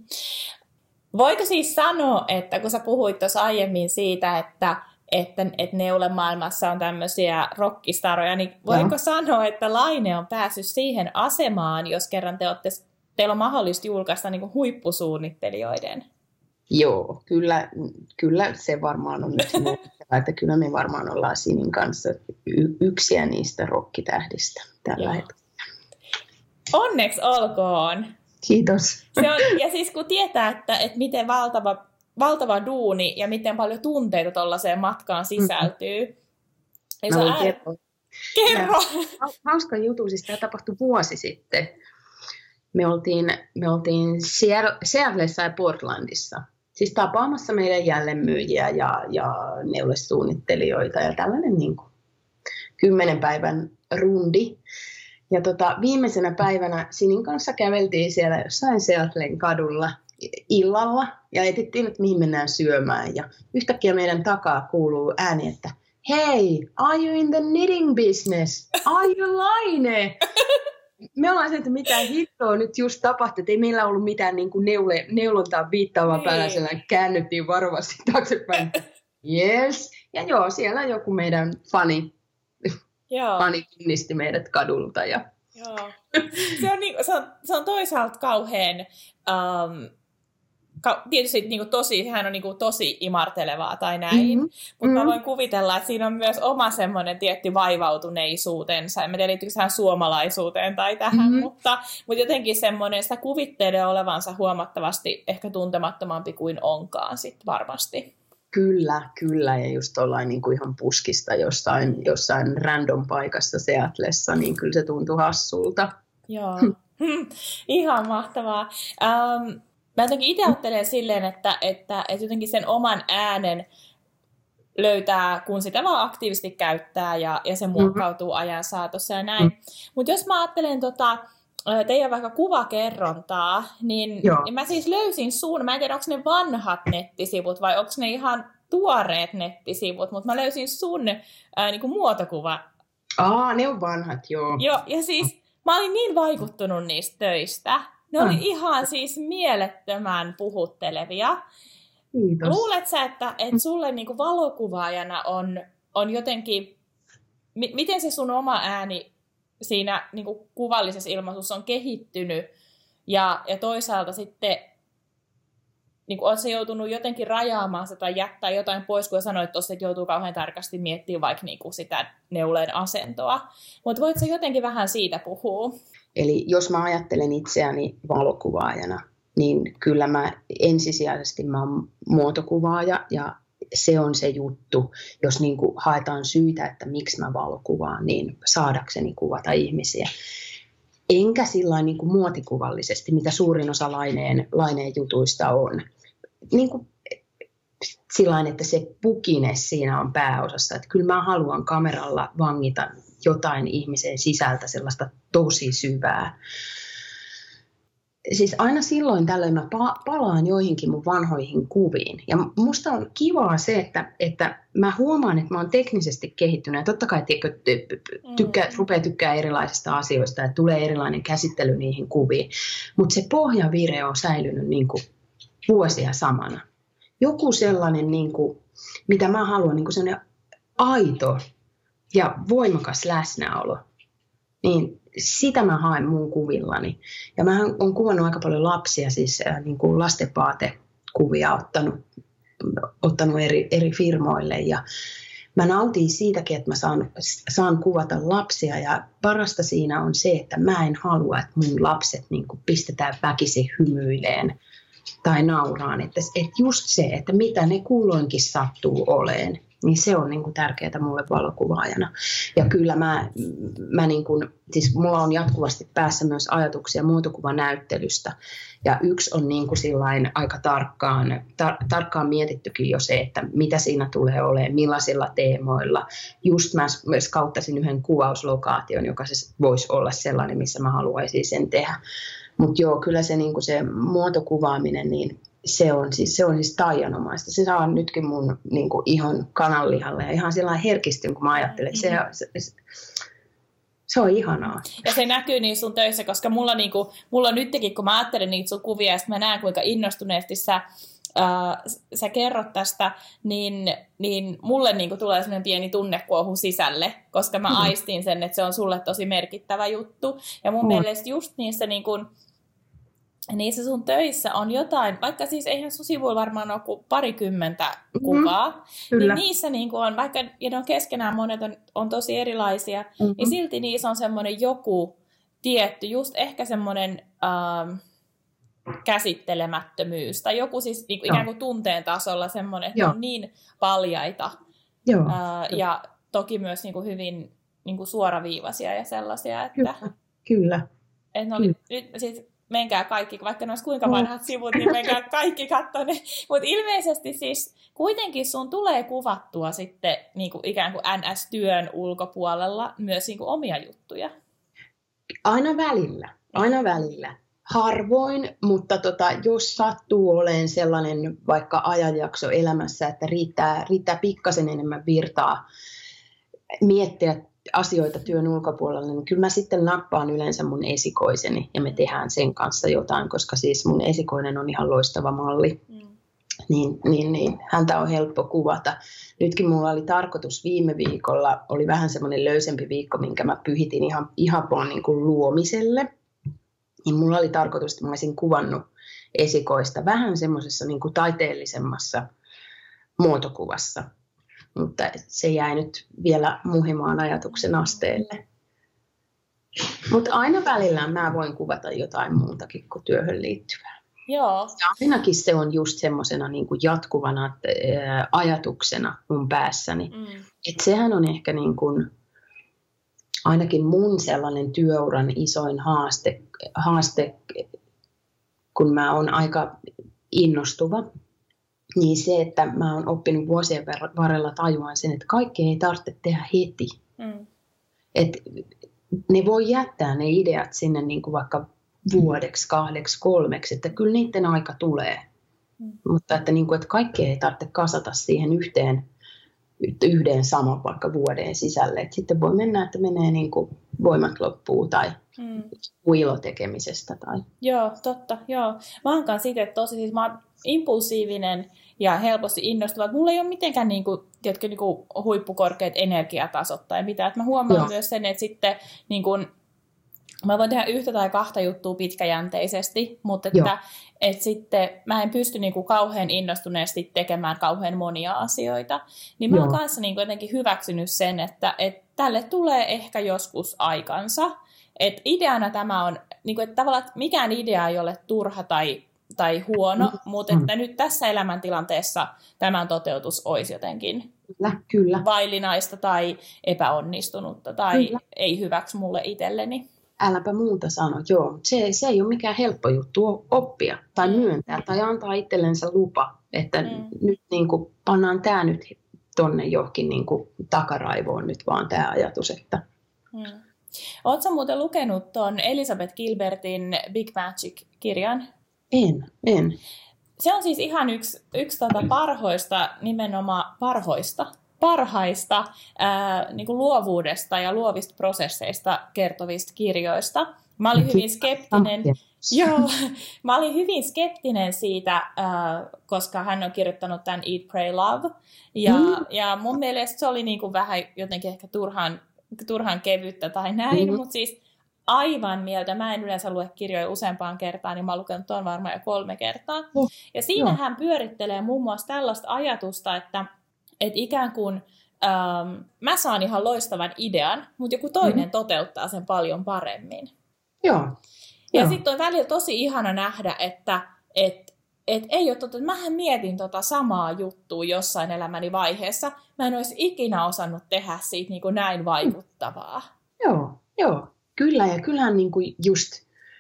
Voiko siis sanoa, että kun sä puhuit tuossa aiemmin siitä, että, että, että neulen maailmassa on tämmöisiä rockistaroja, niin voiko no. sanoa, että Laine on päässyt siihen asemaan, jos kerran te olette, teillä on mahdollista julkaista niin kuin huippusuunnittelijoiden? Joo, kyllä, kyllä se varmaan on nyt muuttaa, että kyllä me varmaan ollaan Sinin kanssa y- yksiä niistä rockitähdistä tällä Joo. hetkellä. Onneksi olkoon! Kiitos. Se on, ja siis kun tietää, että, että miten valtava, valtava duuni ja miten paljon tunteita tuollaiseen matkaan sisältyy. Mm-hmm. Mä voin ää... kertoa. Kerro! Hauska juttu, siis tämä tapahtui vuosi sitten. Me oltiin, me oltiin Seattleissa ja Portlandissa. Siis tapaamassa meidän jälleenmyyjiä ja, ja neulesuunnittelijoita ja tällainen niin kuin kymmenen päivän rundi. Ja tota, viimeisenä päivänä Sinin kanssa käveltiin siellä jossain Seattlen kadulla illalla ja etittiin, että mihin mennään syömään. Ja yhtäkkiä meidän takaa kuuluu ääni, että hei, are you in the knitting business? Are you Laine? Me ollaan se, että mitä hittoa nyt just tapahtui, että ei meillä ollut mitään niin kuin neule, neulontaa viittaavaa päällä, sellainen käännyttiin varovasti taaksepäin. Yes. Ja joo, siellä joku meidän fani. Joo. Fani tunnisti meidät kadulta. Ja... Joo. Se, on niin, se, on, se on toisaalta kauhean, um, ka, tietysti niin kuin tosi, sehän on niin kuin tosi imartelevaa tai näin, mm-hmm. mutta mm-hmm. mä voin kuvitella, että siinä on myös oma semmoinen tietty vaivautuneisuutensa. En mä tiedä, liittyykö sehän suomalaisuuteen tai tähän, mm-hmm. mutta, mutta jotenkin semmoinen, sitä kuvittelee olevansa huomattavasti ehkä tuntemattomampi kuin onkaan sitten varmasti. Kyllä, kyllä. Ja just tuollain niin kuin ihan puskista jossain, jossain random paikassa Seattlessa, niin kyllä se tuntui hassulta. Joo, ihan mahtavaa. Um, mä jotenkin itse ajattelen silleen, että, että, että jotenkin sen oman äänen löytää, kun sitä vaan aktiivisesti käyttää ja, ja se muokkautuu mm-hmm. ajan saatossa ja näin. Mm-hmm. Mutta jos mä ajattelen tota, teidän vaikka kuvakerrontaa, niin, niin mä siis löysin sun, mä en tiedä, onko ne vanhat nettisivut vai onko ne ihan tuoreet nettisivut, mutta mä löysin sun ää, niinku muotokuva. Aa, ne on vanhat, joo. Joo, ja siis mä olin niin vaikuttunut niistä töistä. Ne oli ah. ihan siis mielettömän puhuttelevia. Kiitos. Luulet sä, että, että sulle niinku valokuvaajana on, on jotenkin, m- miten se sun oma ääni siinä niin kuin kuvallisessa ilmaisussa on kehittynyt ja, ja toisaalta sitten niin kuin, oletko joutunut jotenkin rajaamaan sitä tai jättää jotain pois, kun sanoit tuossa, että joutuu kauhean tarkasti miettimään vaikka niin kuin sitä neuleen asentoa. Mutta voitko jotenkin vähän siitä puhua? Eli jos mä ajattelen itseäni valokuvaajana, niin kyllä mä ensisijaisesti mä oon muotokuvaaja ja se on se juttu, jos niin kuin haetaan syitä, että miksi mä valokuvaan, niin saadakseni kuvata ihmisiä. Enkä sillain niin kuin muotikuvallisesti, mitä suurin osa laineen, laineen jutuista on. Niin kuin sillain, että se pukine siinä on pääosassa. Että kyllä mä haluan kameralla vangita jotain ihmisen sisältä sellaista tosi syvää. Siis aina silloin tällöin mä palaan joihinkin mun vanhoihin kuviin. Ja musta on kivaa se, että, että mä huomaan, että mä oon teknisesti kehittynyt. Ja totta kai tiedätkö, tykkää, rupeaa tykkää erilaisista asioista ja tulee erilainen käsittely niihin kuviin. Mutta se pohjavire on säilynyt niin kuin vuosia samana. Joku sellainen, niin kuin, mitä mä haluan, niin kuin sellainen aito ja voimakas läsnäolo. Niin sitä mä haen mun kuvillani. Ja mä oon kuvannut aika paljon lapsia, siis äh, niin kuin lastenvaatekuvia ottanut, ottanut eri, eri firmoille. Ja mä nautin siitäkin, että mä saan, saan kuvata lapsia. Ja parasta siinä on se, että mä en halua, että mun lapset niin kuin pistetään väkisin hymyileen tai nauraan. Että, että just se, että mitä ne kulloinkin sattuu oleen. Niin se on niin kuin tärkeää mulle valokuvaajana. Ja kyllä mä, mä niin kuin, siis mulla on jatkuvasti päässä myös ajatuksia muotokuvanäyttelystä. Ja yksi on niin kuin sillain aika tarkkaan, tar- tarkkaan mietittykin jo se, että mitä siinä tulee olemaan, millaisilla teemoilla. Just mä myös kauttasin yhden kuvauslokaation, joka se voisi olla sellainen, missä mä haluaisin sen tehdä. Mutta joo, kyllä se, niin kuin se muotokuvaaminen, niin Se on, siis, se on siis taianomaista. Se saa nytkin mun niin kuin, ihon kananlihalle ja ihan sellainen herkistyn, kun mä ajattelen. Se, se, se, se on ihanaa. Ja se näkyy niin sun töissä, koska mulla, niin kuin, mulla nytkin, kun mä ajattelen niitä sun kuvia, ja mä näen, kuinka innostuneesti sä, ää, sä kerrot tästä, niin, niin mulle niin kuin, tulee sellainen pieni tunnekuohu sisälle, koska mä mm. aistin sen, että se on sulle tosi merkittävä juttu. Ja mun mm. mielestä just niissä niin kuin, niissä sun töissä on jotain, vaikka siis eihän sun sivuilla varmaan ole kuin parikymmentä kuvaa, mm-hmm. niin niissä niin kuin on, vaikka ja ne on keskenään monet on, on tosi erilaisia, mm-hmm. niin silti niissä on semmoinen joku tietty, just ehkä semmoinen ähm, käsittelemättömyys, tai joku siis niin kuin ikään kuin tunteen tasolla semmoinen, että on niin paljaita, Joo. Äh, ja toki myös niin kuin hyvin niin kuin suoraviivaisia ja sellaisia, että Kyllä, Kyllä. Että ne oli, nyt siis menkää kaikki, vaikka ne olisi kuinka vanhat sivut, niin menkää kaikki katsoa ne. Mutta ilmeisesti siis kuitenkin sun tulee kuvattua sitten niin kuin ikään kuin N S-työn ulkopuolella myös niin kuin omia juttuja. Aina välillä, aina välillä. Harvoin, mutta tota, jos sattuu olemaan sellainen vaikka ajanjakso elämässä, että riittää, riittää pikkasen enemmän virtaa miettiä asioita työn ulkopuolella, niin kyllä mä sitten nappaan yleensä mun esikoiseni ja me tehdään sen kanssa jotain, koska siis mun esikoinen on ihan loistava malli. Mm. Niin, niin, niin, häntä on helppo kuvata. Nytkin mulla oli tarkoitus viime viikolla, oli vähän semmoinen löysempi viikko, minkä mä pyhitin ihan, ihan vaan niin kuin luomiselle. Niin mulla oli tarkoitus, että mä olisin kuvannut esikoista vähän semmoisessa niin kuin taiteellisemmassa muotokuvassa. Mutta se jäi nyt vielä muhimaan ajatuksen asteelle. Mutta aina välillä mä voin kuvata jotain muutakin kuin työhön liittyvää. Joo. Ja ainakin se on just semmoisena niin kuin jatkuvana ää, ajatuksena mun päässäni. Mm. Että sehän on ehkä niin kuin, ainakin mun sellainen työuran isoin haaste, haaste, kun mä oon aika innostuva. Niin se, että mä oon oppinut vuosien varrella tajuan sen, että kaikkea ei tarvitse tehdä heti. Mm. Että ne voi jättää ne ideat sinne niin kuin vaikka vuodeksi, kahdeksi, kolmeksi, että kyllä niiden aika tulee. Mm. Mutta että, niin kuin, että kaikkea ei tarvitse kasata siihen yhteen, yhden saman vaikka vuoden sisälle. Että sitten voi mennä, että menee niin kuin voimat loppuu tai mm. uilotekemisestä. Tai... Joo, totta. Joo. Mä oon kanssa itse tosi, siis mä oon impulsiivinen ja helposti innostuva. Mulla ei ole mitenkään niin kuin, tiedätkö, niin kuin huippukorkeat energiatasot tai mitään. Et mä huomaan Joo. myös sen, että sitten niin kuin, mä voin tehdä yhtä tai kahta juttua pitkäjänteisesti, mutta että, et sitten mä en pysty niinku kauhean innostuneesti tekemään kauhean monia asioita. Niin mä Joo. oon kanssa niinku jotenkin hyväksynyt sen, että et tälle tulee ehkä joskus aikansa. Et ideana tämä on, niinku, että tavallaan mikään idea ei ole turha tai, tai huono, mm. mutta että nyt tässä elämäntilanteessa tämän toteutus olisi jotenkin kyllä, kyllä. vaillinaista tai epäonnistunutta tai kyllä. ei hyväksi mulle itselleni. Äläpä muuta sano, joo. Se, se ei ole mikään helppo juttu oppia tai myöntää tai antaa itsellensä lupa, että mm. nyt niin kuin, pannaan tämä nyt tonne johonkin niin kuin, takaraivoon nyt vaan tämä ajatus. Että... Mm. Oletko muuten lukenut tuon Elizabeth Gilbertin Big Magic-kirjan? En, en. Se on siis ihan yksi, yksi tuota parhoista, nimenomaan parhoista, parhaista ää, niin kuin luovuudesta ja luovista prosesseista kertovista kirjoista. Mä olin hyvin skeptinen, joo, mä olin hyvin skeptinen siitä, ää, koska hän on kirjoittanut tämän Eat, Pray, Love. Ja, mm. ja mun mielestä se oli niin kuin vähän jotenkin ehkä turhan, turhan kevyttä tai näin, mm. mutta siis aivan mieltä. Mä en yleensä lue kirjoja useampaan kertaan, niin mä oon lukenut tuon varmaan jo kolme kertaa. Mm. Ja siinä no. hän pyörittelee muun muassa tällaista ajatusta, että että ikään kuin ähm, mä saan ihan loistavan idean, mutta joku toinen mm-hmm. toteuttaa sen paljon paremmin. Joo. Ja sitten on välillä tosi ihana nähdä, että et, et ei ole totta, että mähän mietin tota samaa juttua jossain elämäni vaiheessa. Mä en olisi ikinä osannut tehdä siitä niin kuin näin vaikuttavaa. Mm. Joo, joo. Kyllä, ja kyllähän niin kuin just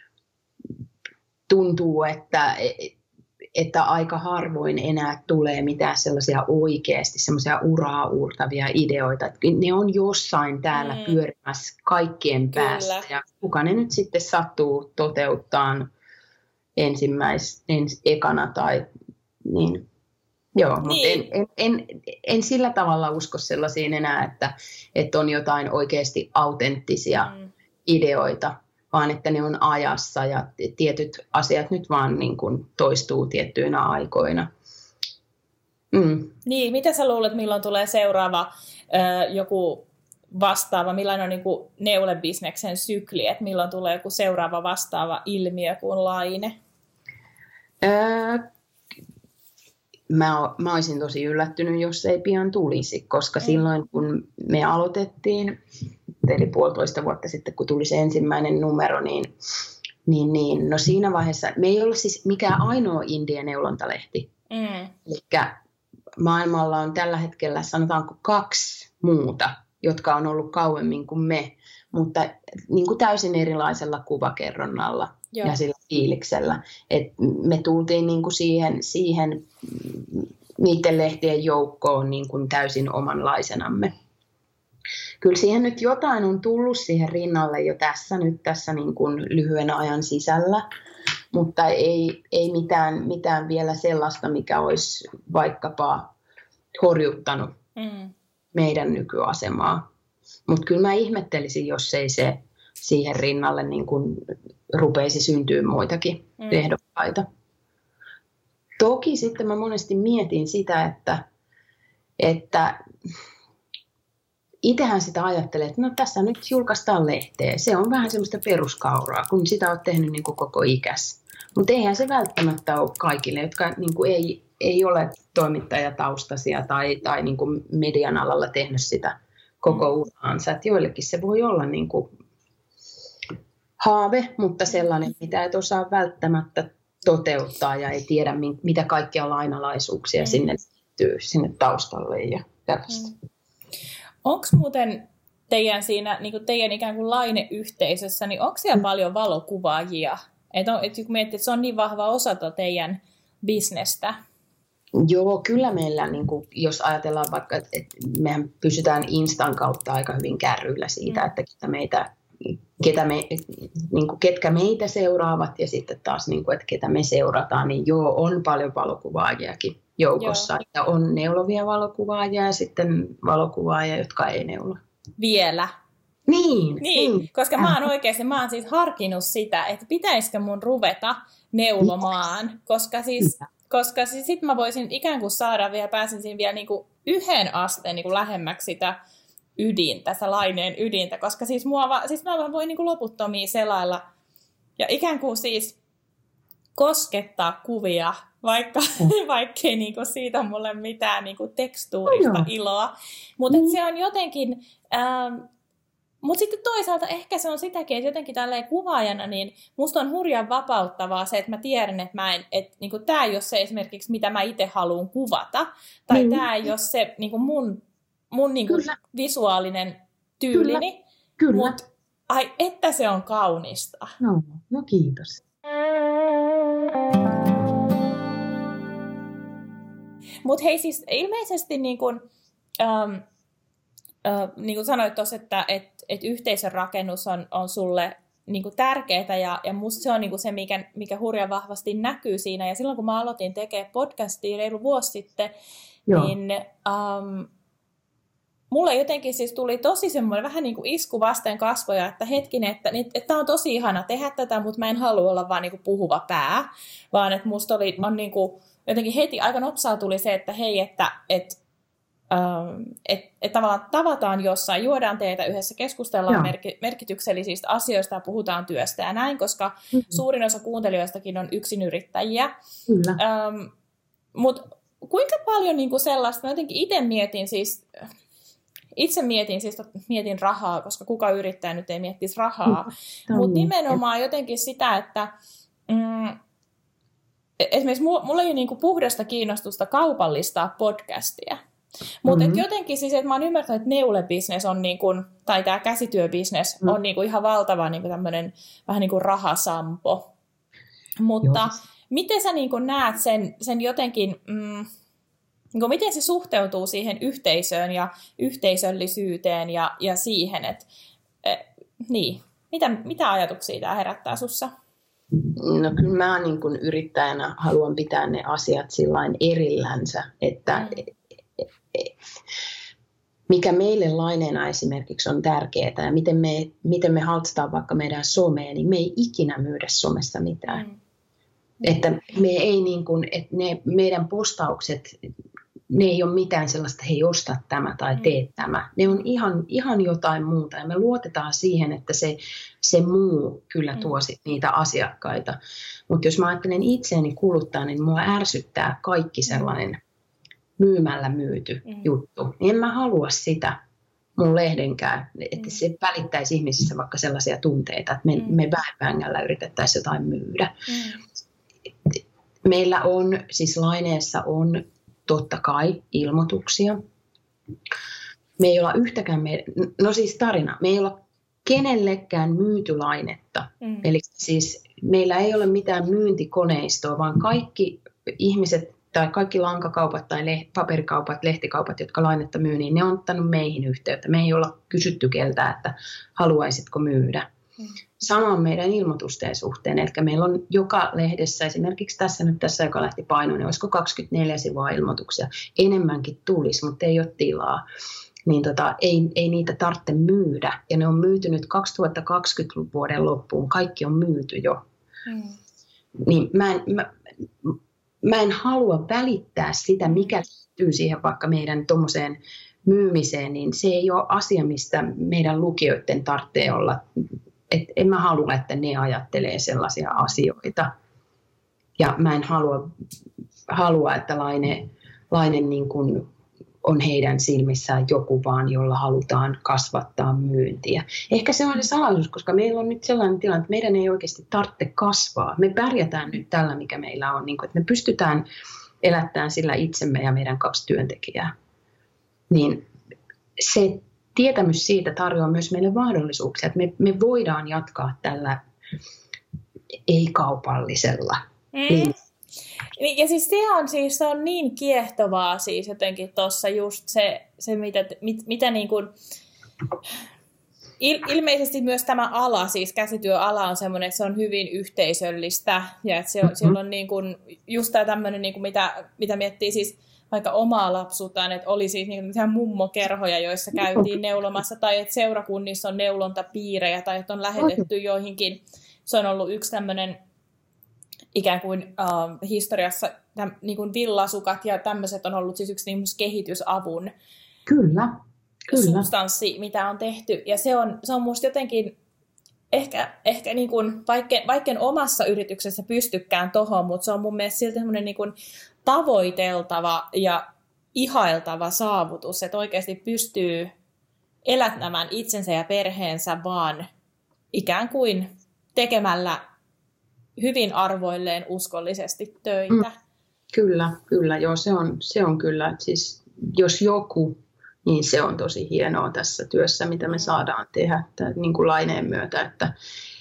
tuntuu, että... että aika harvoin enää tulee mitään sellaisia oikeasti semmoisia uraa uurtavia ideoita. Että ne on jossain täällä mm. pyörimässä kaikkien päästä. Kyllä. Ja kuka ne nyt sitten sattuu toteuttaa ensimmäis, ens, ekana tai niin. Joo, niin. Mutta en, en, en, en sillä tavalla usko sellaisiin enää, että, että on jotain oikeasti autenttisia mm. ideoita, vaan että ne on ajassa ja tietyt asiat nyt vaan niin kuin toistuu tiettyinä aikoina. Mm. Niin, mitä sä luulet, milloin tulee seuraava ö, joku vastaava, millainen on niin kuin neulebisneksen sykli, että milloin tulee joku seuraava vastaava ilmiö kuin Laine? Öö, mä, mä olisin tosi yllättynyt, jos ei pian tulisi, koska mm. silloin kun me aloitettiin, eli puolitoista vuotta sitten, kun tuli se ensimmäinen numero, niin, niin, niin no siinä vaiheessa, me ei ole siis mikään ainoa indie-neulontalehti. Mm. Eli maailmalla on tällä hetkellä sanotaanko kaksi muuta, jotka on ollut kauemmin kuin me, mutta niin kuin täysin erilaisella kuvakerronnalla Joo. ja sillä fiiliksellä. Et me tultiin niin kuin siihen, siihen niiden lehtien joukkoon niin kuin täysin omanlaisenamme. Kyllä siihen nyt jotain on tullut siihen rinnalle jo tässä nyt tässä niin kuin lyhyen ajan sisällä, mutta ei, ei mitään, mitään vielä sellaista, mikä olisi vaikkapa horjuttanut mm. meidän nykyasemaa. Mutta kyllä mä ihmettelisin, jos ei se siihen rinnalle niin kuin rupeisi syntyä muitakin mm. ehdokkaita. Toki sitten mä monesti mietin sitä, että, että itsehän sitä ajattelee, että no tässä nyt julkaistaan lehteä. Se on vähän semmoista peruskauraa, kun sitä olet tehnyt niin kuin koko ikäs. Mutta eihän se välttämättä ole kaikille, jotka niin kuin ei, ei ole toimittajataustaisia tai, tai niin kuin median alalla tehnyt sitä koko uraansa. Että joillekin se voi olla niin kuin haave, mutta sellainen, mitä et osaa välttämättä toteuttaa ja ei tiedä, mitä kaikkia lainalaisuuksia mm. sinne liittyy sinne taustalle ja tällaista. Mm. Onko muuten teidän siinä, niin kuin teidän ikään kuin Laine-yhteisössä, niin onko siellä mm. paljon valokuvaajia? Että et, kun miettii, että se on niin vahva osa teidän bisnestä. Joo, kyllä meillä, niin kuin, jos ajatellaan vaikka, että, että mehän pysytään Instan kautta aika hyvin kärryillä siitä, mm. että ketä meitä, ketä me, niin kuin, ketkä meitä seuraavat ja sitten taas, niin kuin, että ketä me seurataan, niin joo, on paljon valokuvaajiakin joukossa. Ja on neulovia valokuvaajia ja sitten valokuvaajia, jotka ei neulo. Vielä. Niin, niin, niin. Koska mä oon oikeasti, mä oon siis harkinnut sitä, että pitäisikö mun ruveta neulomaan, koska siis, koska siis sit mä voisin ikään kuin saada vielä, pääsisin vielä niinku yhden asteen niinku lähemmäksi sitä ydintä, sitä Laineen ydintä, koska siis, mua va, siis mä vaan voin niin kuin loputtomia selailla ja ikään kuin siis koskettaa kuvia, vaikka mm. vaikkei niin kuin siitä mulle mitään niin kuin tekstuurista no, iloa. Mutta mm. se on jotenkin... Ähm, Mutta sitten toisaalta ehkä se on sitäkin, että jotenkin tälleen kuvaajana, niin musta on hurjan vapauttavaa se, että mä tiedän, että, mä en, että niinku, tää ei ole se esimerkiksi, mitä mä itse haluan kuvata, tai mm. tää ei ole se niinku, mun, mun niinku, visuaalinen tyylini, mutta ai, että se on kaunista. No, no kiitos. Mutta hei siis ilmeisesti niin kuin, ähm, äh, niin kuin sanoit tuossa, että et, et yhteisön rakennus on, on sulle niin kuin tärkeää ja, ja musta se on niin kuin se, mikä, mikä hurjan vahvasti näkyy siinä. Ja silloin kun mä aloitin tekemään podcastia reilu vuosi sitten, Joo. niin ähm, mulle jotenkin siis tuli tosi semmoinen vähän niin kuin isku vasten kasvoja, että hetkinen, että, että tämä on tosi ihana tehdä tätä, mutta mä en halua olla vaan niin kuin puhuva pää, vaan että musta oli, on niin kuin, jotenkin heti aika nopsaa tuli se, että hei, että et, ähm, et, et tavallaan tavataan jossain, juodaan teitä yhdessä, keskustellaan merki, merkityksellisistä asioista ja puhutaan työstä ja näin, koska mm-hmm. suurin osa kuuntelijoistakin on yksinyrittäjiä. Kyllä. Ähm, mutta kuinka paljon niin kuin sellaista, mä jotenkin itse mietin siis... Itse mietin, siis mietin rahaa, koska kuka yrittää nyt ei miettisi rahaa, mutta nimenomaan jotenkin sitä, että mm, esimerkiksi mulla ei ole niinku puhdasta kiinnostusta kaupallistaa podcastia, mutta mm-hmm. jotenkin siis, että mä oon ymmärtänyt, että neulebisnes on niinku, tai tämä käsityöbisnes mm-hmm. on niinku ihan valtava niinku tämmöinen vähän niin kuin rahasampo, mutta Joo. miten sä niinku näet sen, sen jotenkin... Mm, Niin miten se suhteutuu siihen yhteisöön ja yhteisöllisyyteen ja, ja siihen, että eh, niin, mitä, mitä ajatuksia tämä herättää sussa? No kyllä mä niin kuin yrittäjänä haluan pitää ne asiat sillain erillänsä, että mm. mikä meille Laineena esimerkiksi on tärkeää ja miten me, miten me haltsataan vaikka meidän somea, niin me ei ikinä myydä somessa mitään. Mm. Että me ei niin kuin, että ne meidän postaukset, ne ei ole mitään sellaista, hei osta tämä tai tee tämä. Ne on ihan, ihan jotain muuta ja me luotetaan siihen, että se, se muu kyllä tuo sit niitä asiakkaita. Mutta jos mä ajattelen itseäni kuluttaa, niin mua ärsyttää kaikki sellainen myymällä myyty mm. juttu. Niin en mä halua sitä mun lehdenkään, että se välittäisi ihmisissä vaikka sellaisia tunteita, että me, mm. me vähäpängällä yritettäisiin jotain myydä. Mm. Meillä on, siis Laineessa on totta kai ilmoituksia. Me ei olla yhtäkään, me, no siis tarina, me ei olla kenellekään myyty Lainetta. Mm. Eli siis meillä ei ole mitään myyntikoneistoa, vaan kaikki ihmiset tai kaikki lankakaupat tai le- paperikaupat, lehtikaupat, jotka Lainetta myy, niin ne on ottanut meihin yhteyttä. Me ei olla kysytty keltä, että haluaisitko myydä. Mm. Sama on meidän ilmoitusten suhteen, eli meillä on joka lehdessä, esimerkiksi tässä nyt tässä, joka lähti painoon, niin olisiko kaksikymmentäneljä sivua ilmoituksia, enemmänkin tulisi, mutta ei ole tilaa, niin tota, ei, ei niitä tarvitse myydä, ja ne on myyty nyt kaksituhattakaksikymmentä vuoden loppuun, kaikki on myyty jo, mm. niin mä en, mä, mä en halua välittää sitä, mikä liittyy siihen vaikka meidän tuommoiseen myymiseen, niin se ei ole asia, mistä meidän lukijoiden tarvitsee olla. Et en mä halua, että ne ajattelee sellaisia asioita. Ja mä en halua, halua että Laine, Laine niin kuin on heidän silmissään joku vaan, jolla halutaan kasvattaa myyntiä. Ehkä se on se salaisuus, koska meillä on nyt sellainen tilanne, että meidän ei oikeasti tarvitse kasvaa. Me pärjätään nyt tällä, mikä meillä on. Niin kuin, että me pystytään elättämään sillä itsemme ja meidän kaksi työntekijää. Niin se tietämys siitä tarjoaa myös meille mahdollisuuksia, että me, me voidaan jatkaa tällä ei-kaupallisella. Mm. Ja siis se on, siis se on niin kiehtovaa siis jotenkin tuossa just se, se mitä, mit, mitä niin kuin, il, ilmeisesti myös tämä ala, siis käsityöala on semmoinen, että se on hyvin yhteisöllistä ja että se on, siellä on niin kuin, just tämä tämmöinen, niin kuin mitä, mitä miettii siis vaikka omaa lapsuuttaan, että oli siis niin mummokerhoja, joissa käytiin neulomassa, tai että seurakunnissa on neulontapiirejä, tai että on lähetetty joihinkin. Se on ollut yksi tämmöinen ikään kuin äh, historiassa, täm, niin kuin villasukat ja tämmöiset on ollut siis yksi niin kehitysavun Kyllä. Kyllä. substanssi, mitä on tehty. Ja se on, se on musta jotenkin, ehkä, ehkä niin kuin, vaikka, vaikka en omassa yrityksessä pystykään tohon, mutta se on mun mielestä silti semmoinen niin kuin tavoiteltava ja ihailtava saavutus, että oikeasti pystyy elättämään itsensä ja perheensä vaan ikään kuin tekemällä hyvin arvoilleen uskollisesti töitä. Mm, kyllä, kyllä. Joo, se on, se on kyllä. Siis, jos joku, niin se on tosi hienoa tässä työssä, mitä me saadaan tehdä että, niin kuin Laineen myötä. Että,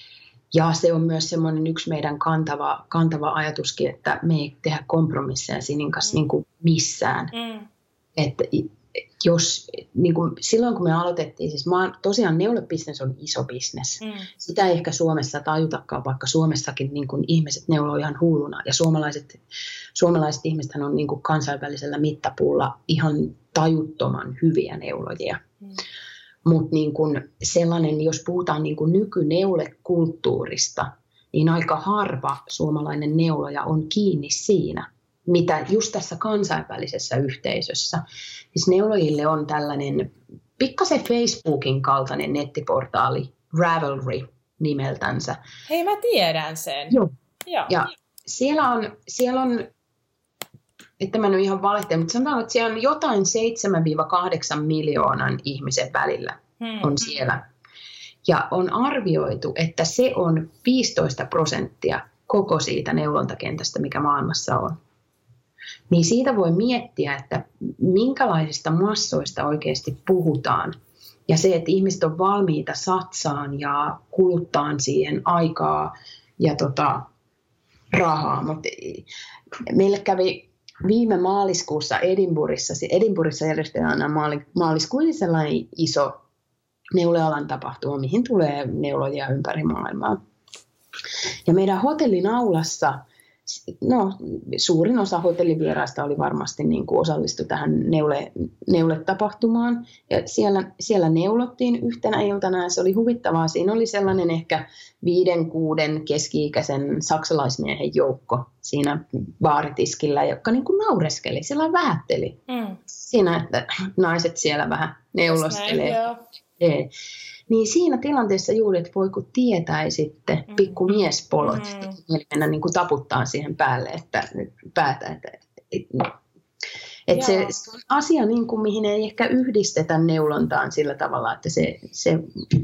ja se on myös semmoinen yksi meidän kantava, kantava ajatuskin, että me ei tehdä kompromisseja Sinin kanssa mm. niin kuin missään. Mm. Että jos, niin kuin silloin kun me aloitettiin, siis mä, tosiaan neulebisnes on iso bisnes. Mm. Sitä ei ehkä Suomessa tajutakaan, vaikka Suomessakin niin kuin ihmiset neuloo ihan hulluna. Ja suomalaiset, suomalaiset ihmiset on niin kuin kansainvälisellä mittapuulla ihan tajuttoman hyviä neulojia. Mm. Mutta niin kuin sellainen, jos puhutaan niin kuin nykyneulekulttuurista, niin aika harva suomalainen neuloja on kiinni siinä, mitä just tässä kansainvälisessä yhteisössä. Siis neulojille on tällainen pikkasen Facebookin kaltainen nettiportaali, Ravelry nimeltänsä. Hei, mä tiedän sen. Joo. Joo. Ja siellä on, siellä on, että mä en ole ihan valehtele, mutta sanotaan, että siellä on jotain seitsemän kahdeksan miljoonan ihmisen välillä hmm. on siellä. Ja on arvioitu, että se on viisitoista prosenttia koko siitä neulontakentästä, mikä maailmassa on. Niin siitä voi miettiä, että minkälaisista massoista oikeasti puhutaan. Ja se, että ihmiset on valmiita satsaan ja kuluttaan siihen aikaa ja tota, rahaa. Mutta meille kävi viime maaliskuussa Edinburghissa, Edinburghissa järjestetään maaliskuussa sellainen iso neulealan tapahtuma, mihin tulee neulojia ympäri maailmaa. Ja meidän hotellin aulassa, no suurin osa hotellivieraista oli varmasti niin kuin osallistu tähän neule, neuletapahtumaan. Ja siellä, siellä neulottiin yhtenä iltana ja se oli huvittavaa. Siinä oli sellainen ehkä viiden, kuuden keski-ikäisen saksalaismiehen joukko siinä baaritiskillä, jotka niin kuin naureskeli, sillä vähätteli. Mm. Siinä, että naiset siellä vähän neulostelee. Näin, niin siinä tilanteessa juuri, että voi kun tietäisitte mm. pikku miespolot, mm. että mennä niin kuin taputtaa siihen päälle, että päätä, että, että, että se, se on asia, niin kuin, mihin ei ehkä yhdistetä neulontaan sillä tavalla, että se, se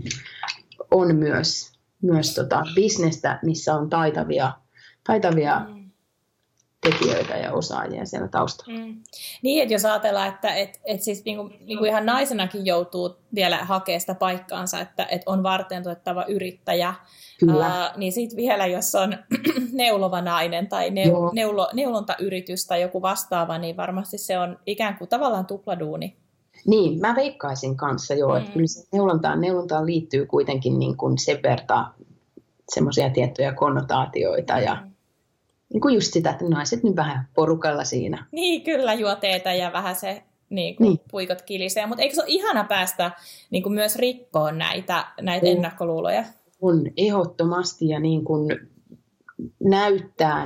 on myös, myös tota bisnestä, missä on taitavia, taitavia mm. tekijöitä ja osaajia siellä taustalla. Mm. Niin, että jos ajatellaan, että et, et siis niinku, niinku ihan naisenakin joutuu vielä hakemaan sitä paikkaansa, että et on varteenotettava yrittäjä, ää, niin sitten vielä, jos on neulova nainen tai neu, neulo, neulontayritys tai joku vastaava, niin varmasti se on ikään kuin tavallaan tupladuuni. Niin, mä veikkaisin kanssa jo, mm. että kyllä se neulontaan, neulontaan liittyy kuitenkin niin kuin sen verran semmoisia tiettyjä konnotaatioita ja mm. niin kuin just sitä, että naiset nyt vähän porukalla siinä. Niin, kyllä juo teetä ja vähän se niin kuin niin. puikot kilisee. Mutta eikö se ole ihana päästä niin kuin myös rikkoon näitä, näitä on, ennakkoluuloja? On ehdottomasti ja niin kuin näyttää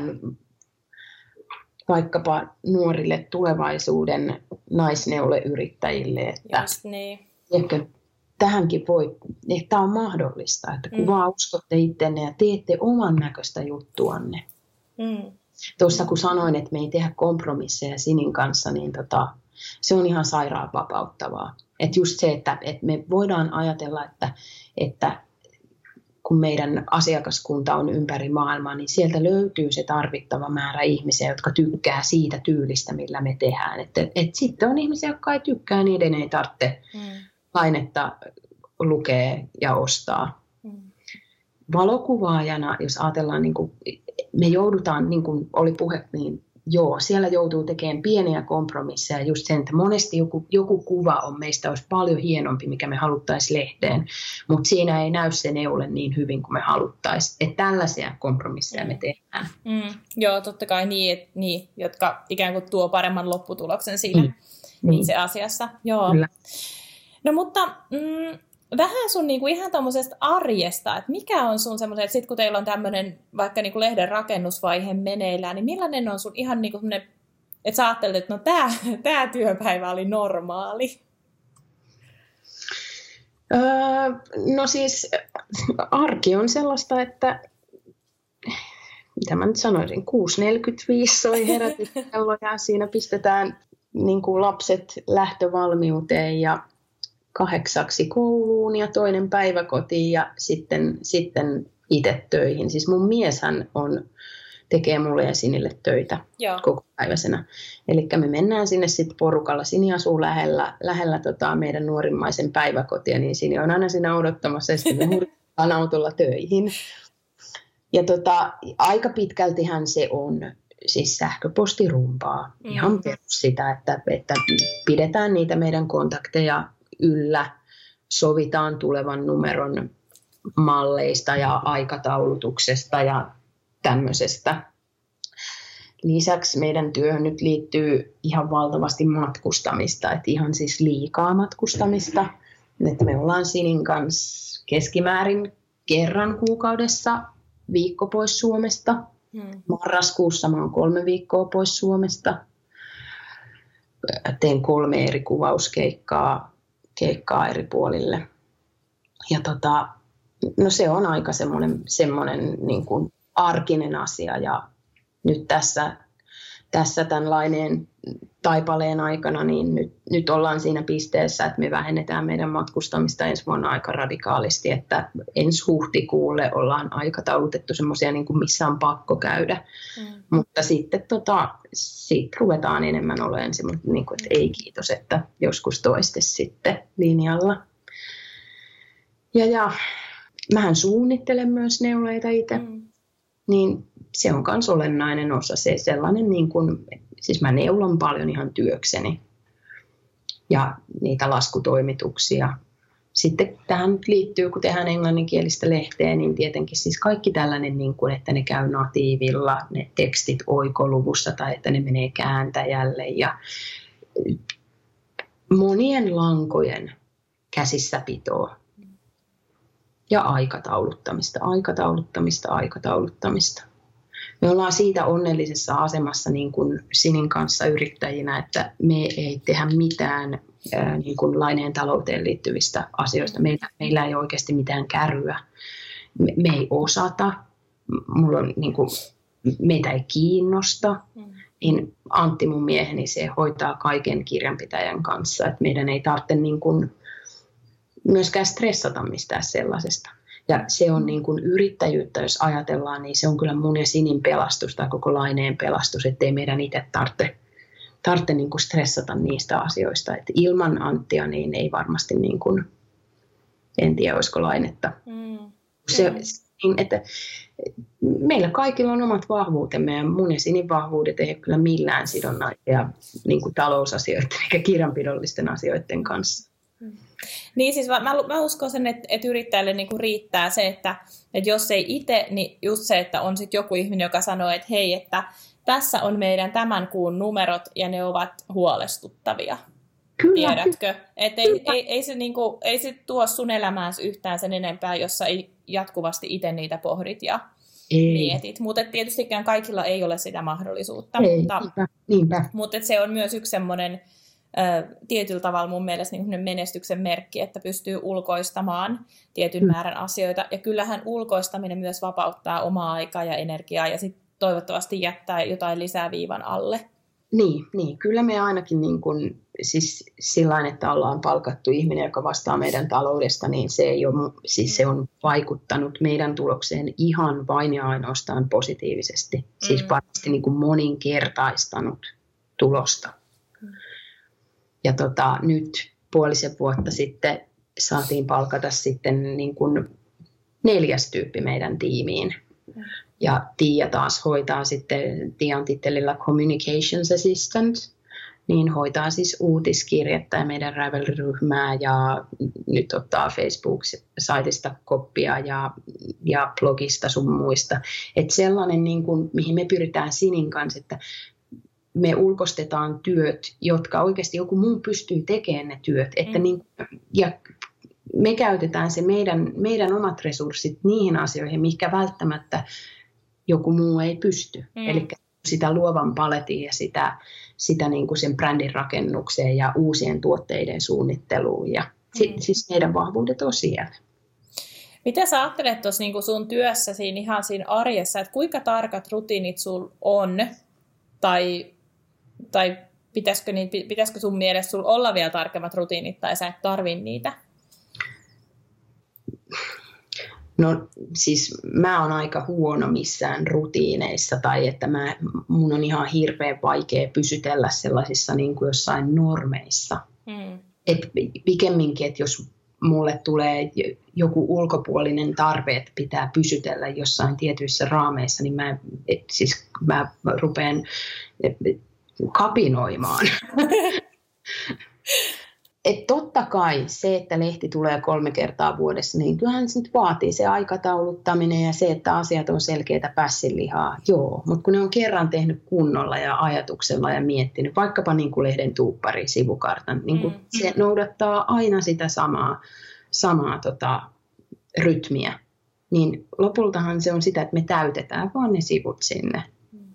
vaikkapa nuorille tulevaisuuden naisneuleyrittäjille, että just niin. ehkä tähänkin voi, että tämä on mahdollista, että kun mm. vaan uskotte ittenne ja teette oman näköistä juttuanne. Mm. Tuossa kun sanoin, että me ei tehdä kompromisseja Sinin kanssa, niin tota, se on ihan sairaan vapauttavaa. Että just se, että, että me voidaan ajatella, että, että kun meidän asiakaskunta on ympäri maailmaa, niin sieltä löytyy se tarvittava määrä ihmisiä, jotka tykkää siitä tyylistä, millä me tehdään. Että, että sitten on ihmisiä, jotka ei tykkää, niiden ei tarvitse mm. lainetta lukea ja ostaa. Mm. Valokuvaajana, jos ajatellaan, niin kuin, me joudutaan, niin kuin oli puhe, niin joo, siellä joutuu tekemään pieniä kompromisseja just sen, että monesti joku, joku kuva on meistä olisi paljon hienompi, mikä me haluttaisiin lehteen, mutta siinä ei näy se neule niin hyvin kuin me haluttaisiin. Että tällaisia kompromisseja me tehdään. Mm, joo, totta kai niin, et, niin, jotka ikään kuin tuo paremman lopputuloksen siinä mm, niin. itse asiassa. Joo. Kyllä. No mutta... Mm, vähän sun niinku ihan tommosesta arjesta, että mikä on sun semmoinen, että sit kun teillä on tämmöinen vaikka niinku lehden rakennusvaihe meneillään, niin millainen on sun ihan niinku semmoinen, että sä ajattelet, että no tää, tää työpäivä oli normaali? Öö, no siis arki on sellaista, että mitä mä nyt sanoisin, kuusi neljäkymmentäviisi soi herätyskello ja siinä pistetään niin kuin lapset lähtövalmiuteen ja kahdeksaksi kouluun ja toinen päiväkotiin ja sitten, sitten itse töihin. Siis mun mieshän on, tekee mulle ja Sinille töitä Joo. koko päiväisenä. Eli me mennään sinne sitten porukalla. Sini asuu lähellä, lähellä tota meidän nuorimmaisen päiväkotia, niin Sini on aina siinä odottamassa ja sitten me hurjataan autolla töihin. Ja tota, aika pitkältihän se on siis sähköpostirumpaa. Mm. Ihan perus sitä, että, että pidetään niitä meidän kontakteja yllä, sovitaan tulevan numeron malleista ja aikataulutuksesta ja tämmöisestä. Lisäksi meidän työhön nyt liittyy ihan valtavasti matkustamista, että ihan siis liikaa matkustamista. Että me ollaan Sinin kanssa keskimäärin kerran kuukaudessa viikko pois Suomesta. Hmm. Marraskuussa mä oon kolme viikkoa pois Suomesta. Teen kolme eri kuvauskeikkaa keikkaa eri puolille. Ja tota, no se on aika semmoinen, semmoinen niin kuin arkinen asia. Ja nyt tässä, tässä tämän Laineen taipaleen aikana, niin nyt, nyt ollaan siinä pisteessä, että me vähennetään meidän matkustamista ensi vuonna aika radikaalisti, että ensi huhtikuulle ollaan aikataulutettu semmoisia, niin kuin missä on pakko käydä, mm. mutta sitten tota, siitä ruvetaan enemmän olemaan semmoinen, niin kuin, että ei kiitos, että joskus toiste sitten linjalla. Ja, ja mähän suunnittelen myös neuleita itse, mm. niin se on myös olennainen osa, se sellainen niin kuin, siis mä neulon paljon ihan työkseni ja niitä laskutoimituksia. Sitten tähän liittyy, kun tehdään englanninkielistä lehteä, niin tietenkin siis kaikki tällainen, niin kuin, että ne käy natiivilla, ne tekstit oikoluvussa tai että ne menee kääntäjälle ja monien lankojen käsissäpitoa ja aikatauluttamista, aikatauluttamista, aikatauluttamista. Me ollaan siitä onnellisessa asemassa niin kuin Sinin kanssa yrittäjinä, että me ei tehdä mitään ää, niin kuin Laineen talouteen liittyvistä asioista. Meillä, meillä ei oikeasti mitään kärryä. Me, me ei osata, mulla on, niin kuin, meitä ei kiinnosta. Niin Antti, mun mieheni, se hoitaa kaiken kirjanpitäjän kanssa. Että meidän ei tarvitse niin kuin myöskään stressata mistään sellaisesta. Ja se on niin kuin yrittäjyyttä, jos ajatellaan, niin se on kyllä mun ja Sinin pelastus tai koko Laineen pelastus, ettei meidän itse tarvitse, tarvitse niin kuin stressata niistä asioista. Et ilman Anttia niin ei varmasti, niin kuin, en tiedä olisiko Lainetta. Mm. Se, mm. että meillä kaikilla on omat vahvuutemme ja mun ja Sinin vahvuudet ei ole kyllä millään sidonnaisia niin kuin talousasioiden eikä kirjanpidollisten asioiden kanssa. Niin siis mä, mä uskon sen, että, että yrittäjälle niinku riittää se, että, että jos ei itse, niin just se, että on sitten joku ihminen, joka sanoo, että hei, että tässä on meidän tämän kuun numerot ja ne ovat huolestuttavia. Kyllä. Tiedätkö? Että ei, ei, ei, se niinku, ei se tuo sun elämääsi yhtään sen enempää, jos sä jatkuvasti itse niitä pohdit ja ei. mietit. Mutta tietystikään kaikilla ei ole sitä mahdollisuutta. Ei, mutta niinpä, niinpä. mutta se on myös yksi semmoinen tietyllä tavalla mun mielestä niin menestyksen merkki, että pystyy ulkoistamaan tietyn määrän asioita. Ja kyllähän ulkoistaminen myös vapauttaa omaa aikaa ja energiaa ja sitten toivottavasti jättää jotain lisää viivan alle. Niin, niin. Kyllä me ainakin niin kuin, siis sillain, että ollaan palkattu ihminen, joka vastaa meidän taloudesta, niin se, ei ole, siis se on vaikuttanut meidän tulokseen ihan vain ja ainoastaan positiivisesti. Mm. Siis varmasti niin kuin moninkertaistanut tulosta. Mm. Ja tota, nyt puolisen vuotta sitten saatiin palkata sitten niin kuin neljäs tyyppi meidän tiimiin. Ja Tiia taas hoitaa sitten Tiian tittelillä Communications Assistant, niin hoitaa siis uutiskirjettä ja meidän Ravelry-ryhmää ja nyt ottaa Facebook-saitista koppia ja, ja blogista sun muista. Että sellainen, niin kuin, mihin me pyritään Sinin kanssa, että me ulkostetaan työt, jotka oikeasti joku muu pystyy tekemään ne työt. Että mm. niin, ja me käytetään se meidän, meidän omat resurssit niihin asioihin, mikä välttämättä joku muu ei pysty. Mm. Eli sitä luovan paletin ja sitä, sitä niin kuin sen brändin rakennukseen ja uusien tuotteiden suunnitteluun ja Si- siis meidän vahvuudet on siellä. Mitä sä ajattelet tuossa niin sun työssä siinä, ihan siinä arjessa, että kuinka tarkat rutiinit sul on, tai, tai pitäisikö, niin, pitäisikö sun mielestä sul olla vielä tarkemmat rutiinit, tai sä et tarvii niitä? No siis mä oon aika huono missään rutiineissa, tai että mä, mun on ihan hirveän vaikea pysytellä sellaisissa niin kuin jossain normeissa. Hmm. Et pikemminkin, että jos mulle tulee joku ulkopuolinen tarve, että pitää pysytellä jossain tietyissä raameissa, niin mä, et, siis mä rupean kapinoimaan. Et totta kai se, että lehti tulee kolme kertaa vuodessa, niin kyllähän se nyt vaatii se aikatauluttaminen ja se, että asiat on selkeää pässinlihaa. Joo, mutta kun ne on kerran tehnyt kunnolla ja ajatuksella ja miettinyt, vaikkapa niin kuin lehden tuuppari sivukartan, niin kuin mm. se noudattaa aina sitä samaa, samaa tota, rytmiä, niin lopultahan se on sitä, että me täytetään vaan ne sivut sinne.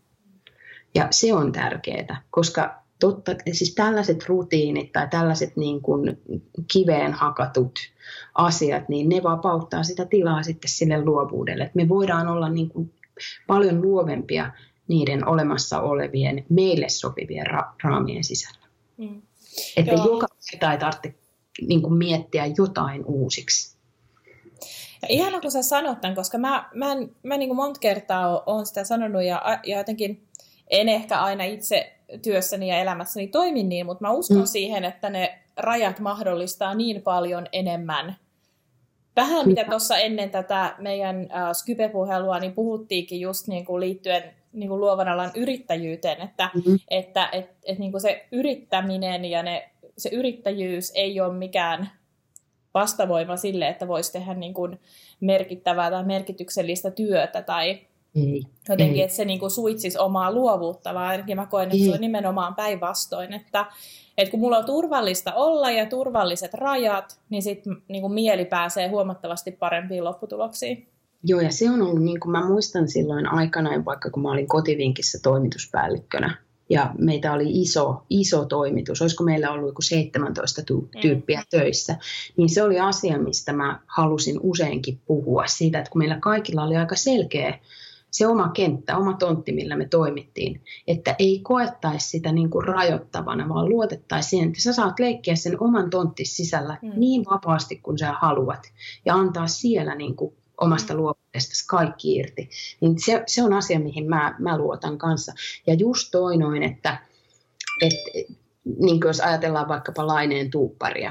Ja se on tärkeää, koska totta, siis tällaiset rutiinit tai tällaiset niin kuin kiveen hakatut asiat, niin ne vapauttaa sitä tilaa sitten sille luovuudelle. Että me voidaan olla niin kuin paljon luovempia niiden olemassa olevien, meille sopivien ra- raamien sisällä. Mm. Että Joo. joka kerta ei tarvitse niin kuin miettiä jotain uusiksi. Ja ihana, kun sä sanot tämän, koska mä, mä, mä niin kuin monta kertaa olen sitä sanonut ja, ja jotenkin en ehkä aina itse työssäni ja elämässäni toimi niin, mutta mä uskon mm. siihen, että ne rajat mahdollistaa niin paljon enemmän. Vähän mitä tuossa ennen tätä meidän äh, Skype-puhelua, niin puhuttiinkin just niin kuin liittyen niin kuin luovan alan yrittäjyyteen, että, mm-hmm. että et, et, niin kuin se yrittäminen ja ne, se yrittäjyys ei ole mikään vastavoima sille, että voisi tehdä niin kuin merkittävää tai merkityksellistä työtä tai Ei, jotenkin, ei. Että se niin kuin suitsisi omaa luovuutta, vaan ainakin mä koen, että ei. Se on nimenomaan päinvastoin, että, että kun mulla on turvallista olla ja turvalliset rajat, niin sitten niin kuin mieli pääsee huomattavasti parempiin lopputuloksiin. Joo, ja se on ollut, niin kuin mä muistan silloin aikanaan, vaikka kun mä olin Kotivinkissä toimituspäällikkönä, ja meitä oli iso, iso toimitus, olisiko meillä ollut joku seitsemäntoista tyyppiä mm. töissä, niin se oli asia, mistä mä halusin useinkin puhua siitä, että kun meillä kaikilla oli aika selkeä se oma kenttä, oma tontti, millä me toimittiin, että ei koettaisi sitä niin kuin rajoittavana, vaan luotettaisiin siihen, että sä saat leikkiä sen oman tonttis sisällä mm. niin vapaasti kuin sä haluat ja antaa siellä niin kuin omasta mm. luovuudestasi kaikki irti. Niin se, se on asia, mihin mä, mä luotan kanssa. Ja just toi noin, että, että niin kuin jos ajatellaan vaikkapa Laineen tuupparia,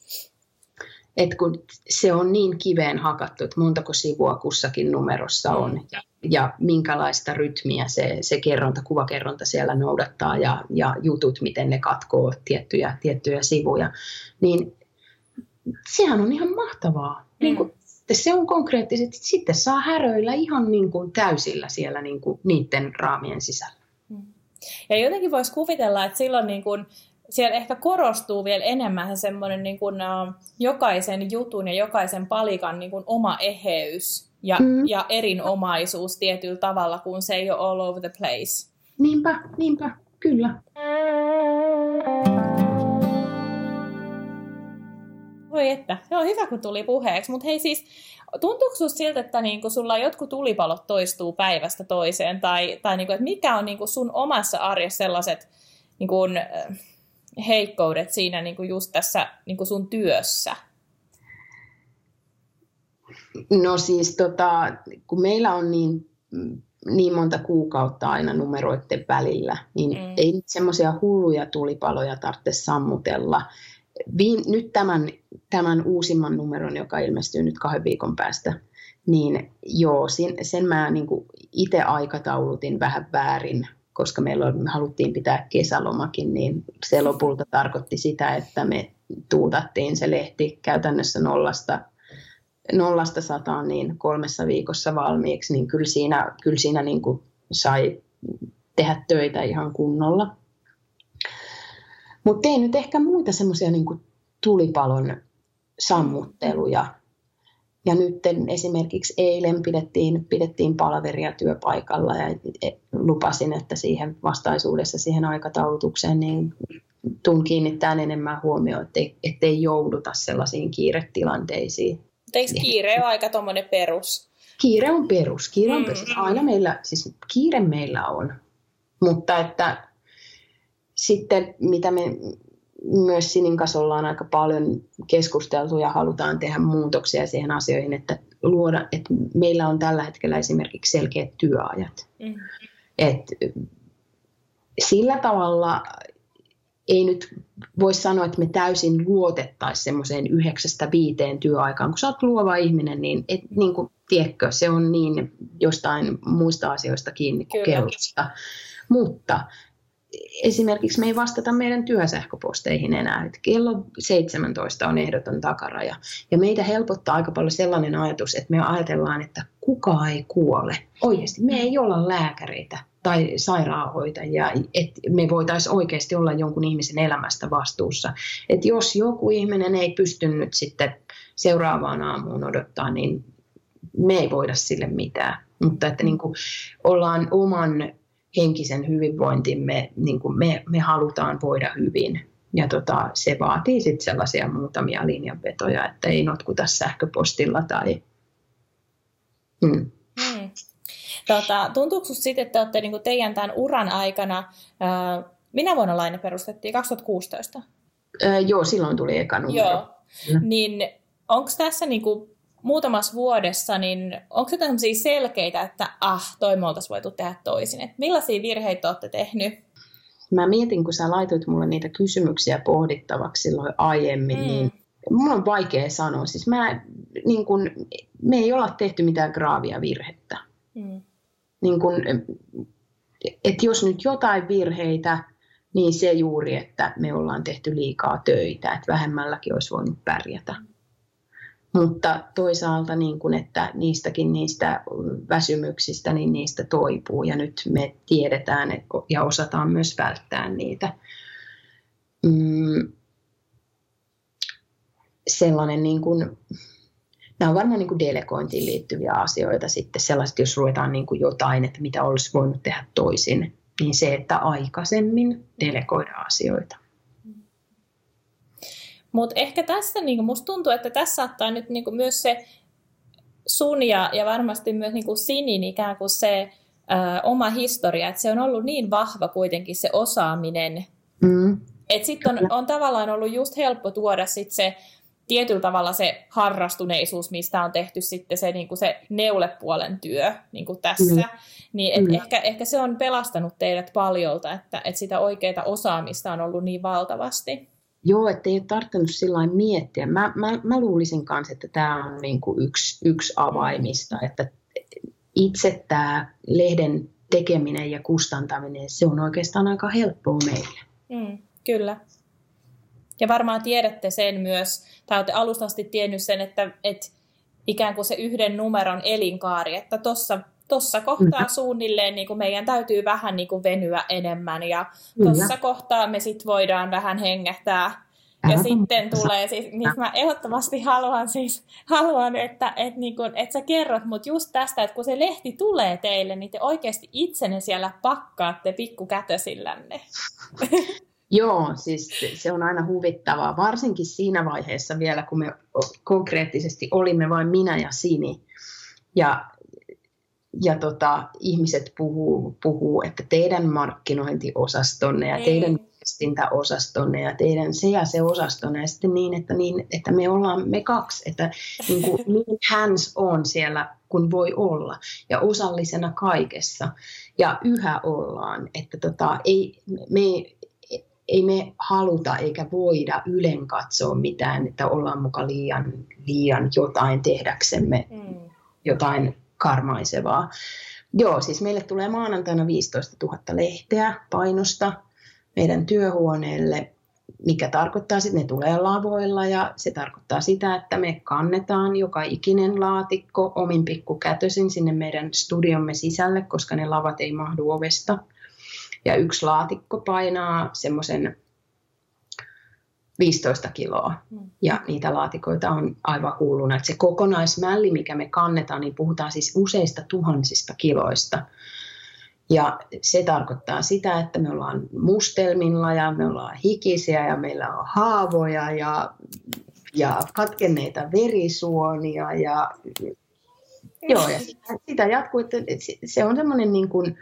että kun se on niin kiveen hakattu, että montako sivua kussakin numerossa on ja, ja minkälaista rytmiä se, se kerronta, kuvakerronta siellä noudattaa ja, ja jutut, miten ne katkoo tiettyjä, tiettyjä sivuja, niin sehän on ihan mahtavaa. Mm. Niin kuin, se on konkreettisesti, sitten saa häröillä ihan niin kuin täysillä siellä niin kuin niiden raamien sisällä. Ja jotenkin voisi kuvitella, että silloin niin kuin siellä ehkä korostuu vielä enemmän semmoinen niin kuin, uh, jokaisen jutun ja jokaisen palikan niin kuin oma eheys ja, mm. ja erinomaisuus tietyllä tavalla, kun se ei ole all over the place. Niinpä, niinpä, kyllä. Voi että, se on hyvä kun tuli puheeksi, mutta hei siis, tuntuuko sinusta siltä, että niinku sulla jotkut tulipalot toistuu päivästä toiseen, tai, tai niinku, että mikä on niinku sun omassa arjessa sellaiset niinku, heikkoudet siinä niinku just tässä niinku sun työssä? No siis tota, kun meillä on niin, niin monta kuukautta aina numeroiden välillä, niin mm. ei semmoisia hulluja tulipaloja tarvitse sammutella. Viin, nyt tämän, tämän uusimman numeron, joka ilmestyy nyt kahden viikon päästä, niin joo, sen, sen mä niin kuin itse aikataulutin vähän väärin, koska meillä me haluttiin pitää kesälomakin, niin se lopulta tarkoitti sitä, että me tuutattiin se lehti käytännössä nollasta, nollasta sataan niin kolmessa viikossa valmiiksi, niin kyllä siinä, kyllä siinä niin kuin sai tehdä töitä ihan kunnolla. Mutta tein nyt ehkä muita semmoisia niin kuin tulipalon sammutteluja. Ja nyt esimerkiksi eilen pidettiin, pidettiin palaveria työpaikalla ja lupasin, että siihen vastaisuudessa siihen aikataulutukseen niin tuun kiinnittämään enemmän huomioon, ettei, ettei jouduta sellaisiin kiiretilanteisiin. Eikö kiire ole aika tuommoinen perus? Kiire on perus. Kiire on mm. perus. Aina meillä, siis kiire meillä on. Mutta että sitten mitä me myös Sinin kanssa ollaan aika paljon keskusteltu ja halutaan tehdä muutoksia siihen asioihin, että luoda, että meillä on tällä hetkellä esimerkiksi selkeät työajat. Mm. Että sillä tavalla ei nyt voi sanoa, että me täysin luotettaisiin semmoiseen yhdeksästä viiteen työaikaan. Kun sä oot luova ihminen, niin, et, niin kuin, tiedätkö, se on niin jostain muista asioista kiinni kuin kellosta. Mutta esimerkiksi me ei vastata meidän työsähköposteihin enää. Että kello seitsemäntoista on ehdoton takaraja. Ja meitä helpottaa aika paljon sellainen ajatus, että me ajatellaan, että kukaan ei kuole. Oikeasti me ei olla lääkäreitä tai sairaanhoitajia, että me voitaisiin oikeasti olla jonkun ihmisen elämästä vastuussa. Että jos joku ihminen ei pysty nyt sitten seuraavaan aamuun odottaa, niin me ei voida sille mitään. Mutta että niin kuin ollaan oman henkisen hyvinvointimme, niin kuin me, me halutaan voida hyvin. Ja tota, se vaatii sitten sellaisia muutamia linjanvetoja, että ei notkuta sähköpostilla tai... Hmm. Hmm. Tota, tuntuuko sinusta sitten, että olette niin teidän tämän uran aikana, ää, minä vuonna Laine perustettiin, kaksituhattakuusitoista? Ää, joo, silloin tuli eka numero. Joo, hmm. niin onko tässä niin kuin muutamassa vuodessa, niin onko se tämmöisiä selkeitä, että ah, toi me oltaisiin voitu tehdä toisin? Et millaisia virheitä olette tehnyt? Mä mietin, kun sä laitoit mulle niitä kysymyksiä pohdittavaksi silloin aiemmin, mm. niin mun on vaikea sanoa. Siis mä, niin kun, me ei olla tehty mitään graavia virhettä. Mm. Niin kun, et jos nyt jotain virheitä, niin se juuri, että me ollaan tehty liikaa töitä, että vähemmälläkin olisi voinut pärjätä. Mutta toisaalta, niin kun, että niistäkin niistä väsymyksistä, niin niistä toipuu. Ja nyt me tiedetään ja osataan myös välttää niitä. Mm, sellainen, niin kun, nämä on varmaan niin kun delegointiin liittyviä asioita sitten. Sellaiset, jos ruvetaan niin kun jotain, että mitä olisi voinut tehdä toisin, niin se, että aikaisemmin delegoidaan asioita. Mutta ehkä tässä niin musta tuntuu, että tässä saattaa nyt niin myös se sun ja, ja varmasti myös niin Sinin ikään kuin se ö, oma historia, että se on ollut niin vahva kuitenkin se osaaminen, mm. että sitten on, on tavallaan ollut just helppo tuoda sit se tietyllä tavalla se harrastuneisuus, mistä on tehty sitten se, niin se neulepuolen työ niin tässä, mm. niin et mm. ehkä, ehkä se on pelastanut teidät paljolta, että, että sitä oikeaa osaamista on ollut niin valtavasti. Joo, ettei ole tarvinnut sillä miettiä. Mä, mä, mä luulisin kanssa, että tämä on niin kuin yksi, yksi avaimista, että itse tämä lehden tekeminen ja kustantaminen, se on oikeastaan aika helppoa meille. Mm, kyllä. Ja varmaan tiedätte sen myös, tai olette alusta asti tiennyt sen, että, että ikään kuin se yhden numeron elinkaari, että tuossa Tuossa kohtaa mm. suunnilleen niin kuin meidän täytyy vähän niin kuin venyä enemmän ja tuossa kohtaa me sitten voidaan vähän hengähtää. Ja Älä sitten tulee, siis, niin mä ehdottomasti haluan, siis, haluan että, että, niin kuin, että sä kerrot, mutta just tästä, että kun se lehti tulee teille, niin te oikeasti itsenne siellä pakkaatte pikkukätösillänne. Joo, siis se on aina huvittavaa, varsinkin siinä vaiheessa vielä, kun me konkreettisesti olimme vain minä ja Sini. Ja Ja tota, ihmiset puhuu, puhuu, että teidän markkinointiosastonne ja Ei. teidän viestintäosastonne ja teidän se ja se osastonne. Ja sitten niin, että, niin, että me ollaan me kaksi, että niin, kuin, niin hands on siellä kun voi olla ja osallisena kaikessa. Ja yhä ollaan, että tota, ei, me, ei me haluta eikä voida ylen katsoa mitään, että ollaan muka liian, liian jotain tehdäksemme, mm. jotain karmaisevaa. Joo, siis meille tulee maanantaina viisitoistatuhatta lehteä painosta meidän työhuoneelle, mikä tarkoittaa sitten, että ne tulee lavoilla ja se tarkoittaa sitä, että me kannetaan joka ikinen laatikko omin pikkukätösin sinne meidän studiomme sisälle, koska ne lavat ei mahdu ovesta. Ja yksi laatikko painaa semmoisen viisitoista kiloa ja niitä laatikoita on aivan hulluna. Että se kokonaismälli, mikä me kannetaan, niin puhutaan siis useista tuhansista kiloista. Ja se tarkoittaa sitä, että me ollaan mustelmilla ja me ollaan hikisiä ja meillä on haavoja ja, ja katkenneita verisuonia. Ja, joo, ja sitä, sitä jatkuu, että se on semmoinen niin kuin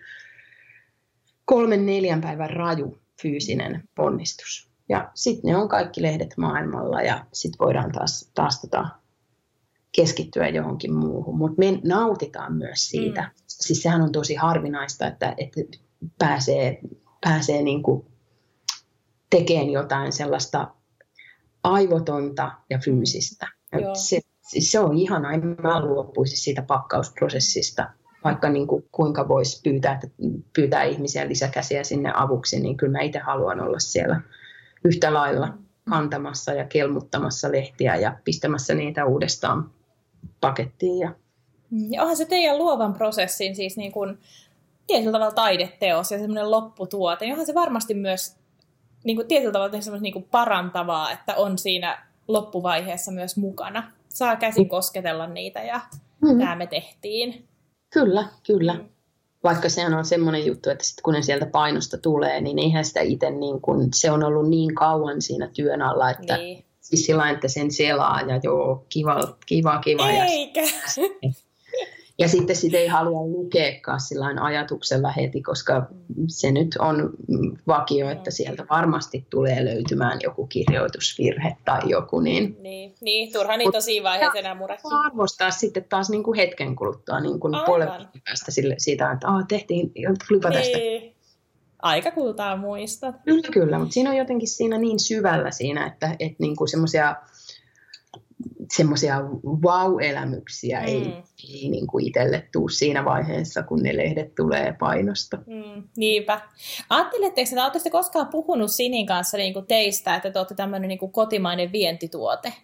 kolmen neljän päivän raju fyysinen ponnistus. Ja sitten ne on kaikki lehdet maailmalla ja sitten voidaan taas, taas tota keskittyä johonkin muuhun. Mutta me nautitaan myös siitä. Mm. Siis sehän on tosi harvinaista, että, että pääsee, pääsee niinku tekemään jotain sellaista aivotonta ja fyysistä. Se, se on ihanaa. En mä luopuisi siitä pakkausprosessista. Vaikka niin kuin kuinka voisi pyytää, pyytää ihmisiä lisäkäsiä sinne avuksi, niin kyllä mä itse haluan olla siellä yhtä lailla kantamassa ja kelmuttamassa lehtiä ja pistämässä niitä uudestaan pakettiin. Ja, ja onhan se teidän luovan prosessin siis niin kuin tietyllä tavalla taideteos ja semmoinen lopputuote, niin onhan se varmasti myös niin kuin tietyllä tavalla niin kuin parantavaa, että on siinä loppuvaiheessa myös mukana. Saa käsin kosketella niitä ja mm. tämä me tehtiin. Kyllä, kyllä. Mm. Vaikka sehän on semmoinen juttu, että sit kun ne sieltä painosta tulee, niin eihän sitä itse niin kuin, se on ollut niin kauan siinä työn alla, että niin. Siis sillä että sen selaa ja joo, kiva, kiva, kiva. Eikä. Ja, ja sitten sitä ei halua lukeekaan sillain ajatuksella heti, koska se nyt on vakio, että sieltä varmasti tulee löytymään joku kirjoitusvirhe tai joku. Niin, niin, niin turha niitä on siinä vaiheessa enää murehtia. Arvostaa sitten taas niin kuin hetken kuluttua niin kuin puolen päästä sille, siitä, että ah, tehtiin, tulipa niin. tästä. Aika kultaa muistat. Kyllä, kyllä, mutta siinä on jotenkin siinä niin syvällä siinä, että, että niin kuin semmoisia semmoisia wow-elämyksiä mm. ei, ei niin kuin itselle tule siinä vaiheessa, kun ne lehdet tulee painosta. Mm, niinpä. Ajatteletteko, että olette koskaan puhunut Sinin kanssa niin kuin teistä, että te olette tämmöinen niin kuin kotimainen vientituote?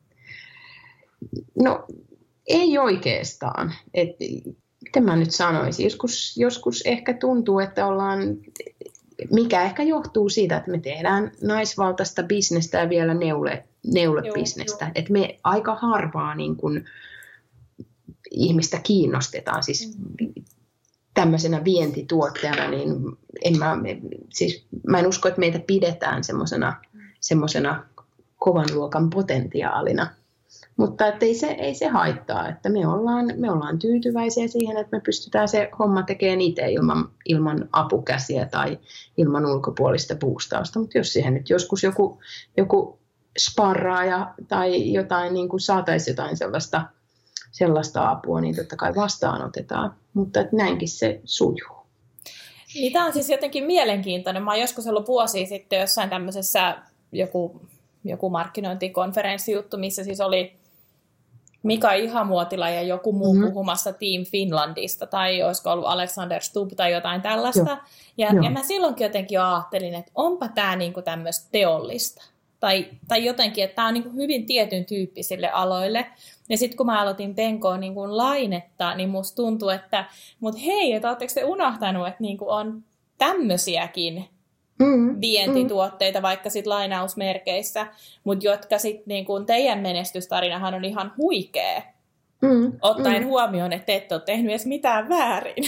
No, ei oikeastaan. Et, miten mä nyt sanoisin? Joskus, joskus ehkä tuntuu, että ollaan, mikä ehkä johtuu siitä, että me tehdään naisvaltaista bisnestä ja vielä neule neulebisnestä. Että me aika harvaa niin kun ihmistä kiinnostetaan. Siis mm. tämmöisenä vientituotteena, niin en mä, siis mä en usko, että meitä pidetään semmoisena semmosena kovan luokan potentiaalina. Mutta että ei, se, ei se haittaa, että me ollaan, me ollaan tyytyväisiä siihen, että me pystytään se homma tekemään itse ilman, ilman apukäsiä tai ilman ulkopuolista boostausta. Mutta jos siihen nyt joskus joku, joku sparraaja tai jotain, niin kuin saataisiin jotain sellaista, sellaista apua, niin totta kai vastaanotetaan. Mutta että näinkin se sujuu. Niin, tämä on siis jotenkin mielenkiintoinen. Mä oon joskus ollut vuosia sitten jossain tämmöisessä joku, joku markkinointikonferenssijuttu, missä siis oli Mika Ihamuotila ja joku muu mm-hmm. puhumassa Team Finlandista, tai olisiko ollut Alexander Stubb tai jotain tällaista. Joo. Ja, Joo. ja mä silloinkin jotenkin ajattelin, että onpa tämä niinku tämmöistä teollista. Tai, tai jotenkin, että tämä on niinku hyvin tietyn tyyppisille aloille. Ja sitten kun mä aloitin penkoa niinku lainetta, niin musta tuntuu, että mut hei, että ootteko te unohtanut, että niinku on tämmöisiäkin mm, vientituotteita, mm. vaikka sitten lainausmerkeissä, mutta jotka sitten niinku teidän menestystarinahan on ihan huikea. Mm, ottaen mm. huomioon, että te ette ole tehnyt edes mitään väärin.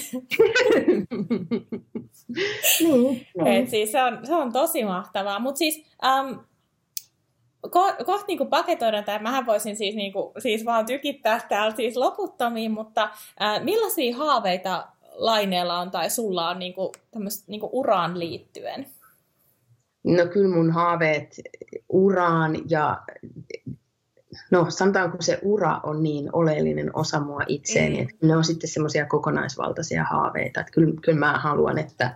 niin, Et siis se, on, se on tosi mahtavaa. Mutta siis um, ko- kohta niinku paketoidaan tämä. Mähän voisin siis, niinku, siis vaan tykittää täällä siis loputtomiin, mutta uh, millaisia haaveita Laineella on tai sulla on niinku, niinku uraan liittyen? No kyllä mun haaveet uraan ja no sanotaanko se ura on niin oleellinen osa mua itseäni, mm. että ne on sitten semmoisia kokonaisvaltaisia haaveita. Että kyllä, kyllä mä haluan, että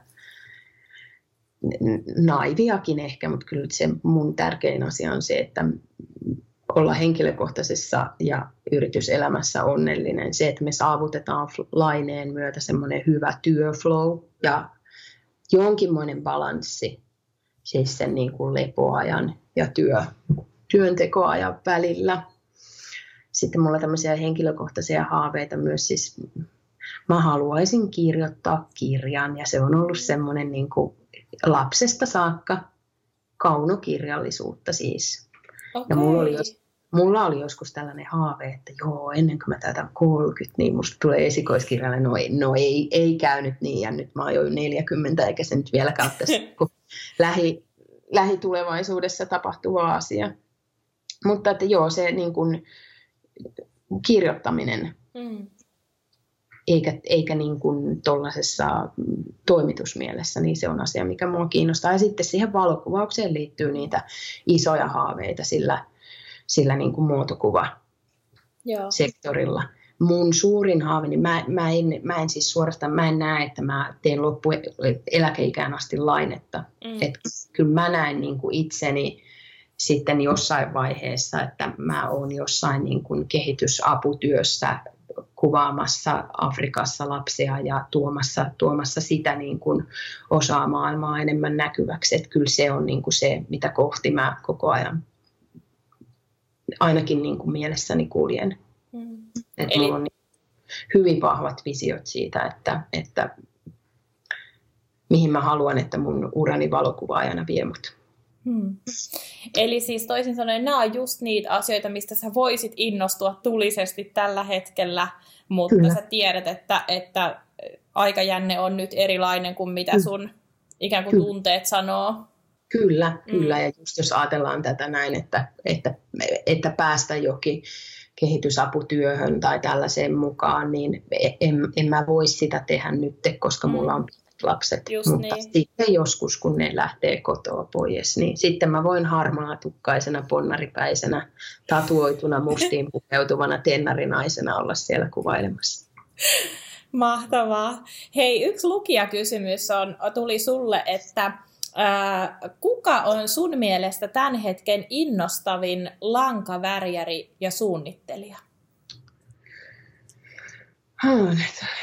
naiviakin ehkä, mutta kyllä se mun tärkein asia on se, että olla henkilökohtaisessa ja yrityselämässä onnellinen. Se, että me saavutetaan Laineen myötä semmoinen hyvä työflow ja jonkinmoinen balanssi siis sen niin kuin lepoajan ja työ, työntekoajan välillä. Sitten mulla on tämmöisiä henkilökohtaisia haaveita myös. Siis mä haluaisin kirjoittaa kirjan ja se on ollut semmoinen niin kuin lapsesta saakka kaunokirjallisuutta siis. Okay. Ja mulla oli, mulla oli joskus tällainen haave, että joo, ennen kuin mä täytän kolmekymmentä, niin musta tulee esikoiskirjailija. No, ei, no ei, ei käynyt niin, ja nyt mä oon jo neljäkymmentä, eikä se nyt vieläkään ole tässä lähi, lähitulevaisuudessa tapahtuva asia. Mutta että joo, se niin kuin kirjoittaminen, mm. eikä, eikä niin kuin tuollaisessa toimitusmielessä, niin se on asia, mikä mua kiinnostaa. Ja sitten siihen valokuvaukseen liittyy niitä isoja haaveita sillä, sillä niin kuin muotokuvasektorilla. Mun suurin haave, niin mä, mä, en, mä en siis suorastaan, mä en näe, että mä teen loppu eläkeikään asti lainetta. Mm. Että kyllä mä näen niin kuin itseni sitten jossain vaiheessa, että mä oon jossain niin kuin kehitysaputyössä kuvaamassa Afrikassa lapsia ja tuomassa, tuomassa sitä niin kuin osaa maailmaa enemmän näkyväksi. Että kyllä se on niin kuin se, mitä kohti mä koko ajan ainakin niin kuin mielessäni kuljen. Mm. Että mulla on hyvin vahvat visiot siitä, että, että mihin mä haluan, että mun urani valokuvaajana vie mut. Hmm. Eli siis toisin sanoen nämä on just niitä asioita, mistä sä voisit innostua tulisesti tällä hetkellä, mutta Kyllä. sä tiedät, että, että aikajänne on nyt erilainen kuin mitä sun ikään kuin Kyllä. tunteet sanoo. Kyllä, kyllä. Mm. Ja just jos ajatellaan tätä näin, että, että, että päästä jokin kehitysaputyöhön tai tällaiseen mukaan, niin en, en mä voi sitä tehdä nyt, koska mm. mulla on lapset, just mutta niin. Sitten joskus, kun ne lähtee kotoa pois, niin sitten mä voin harmaatukkaisena, ponnaripäisenä, tatuoituna, mustiin pukeutuvana tennarinaisena olla siellä kuvailemassa. Mahtavaa. Hei, yksi lukijakysymys on, tuli sulle, että ää, kuka on sun mielestä tämän hetken innostavin lankavärjäri ja suunnittelija? Hmm.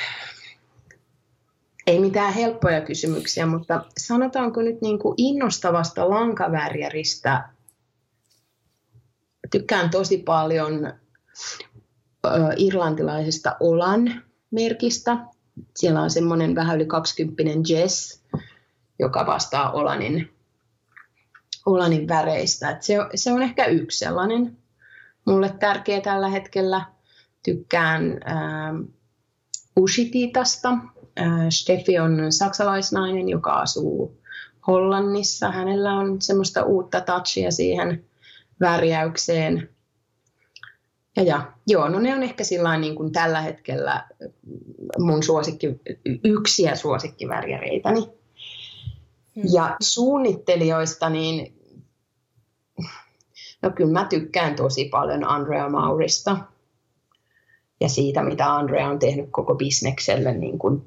Ei mitään helppoja kysymyksiä, mutta sanotaanko nyt niin kuin innostavasta lankavärjäristä. Tykkään tosi paljon ö, irlantilaisesta Olan merkistä. Siellä on semmoinen vähän yli kaksikymppinen Jess, joka vastaa Olanin, Olanin väreistä. Et se, se on ehkä yksi sellainen mulle tärkeä tällä hetkellä. Tykkään ää, Ushititasta. Steffi on saksalaisnainen, joka asuu Hollannissa. Hänellä on semmoista uutta touchia siihen värjäykseen. Ja, ja joo, no ne on ehkä sillain niin kuin tällä hetkellä mun suosikki, yksiä suosikkivärjäreitäni. Hmm. Ja suunnittelijoista, niin no kyllä mä tykkään tosi paljon Andrea Maurista. Ja siitä, mitä Andrea on tehnyt koko bisnekselle, niin kuin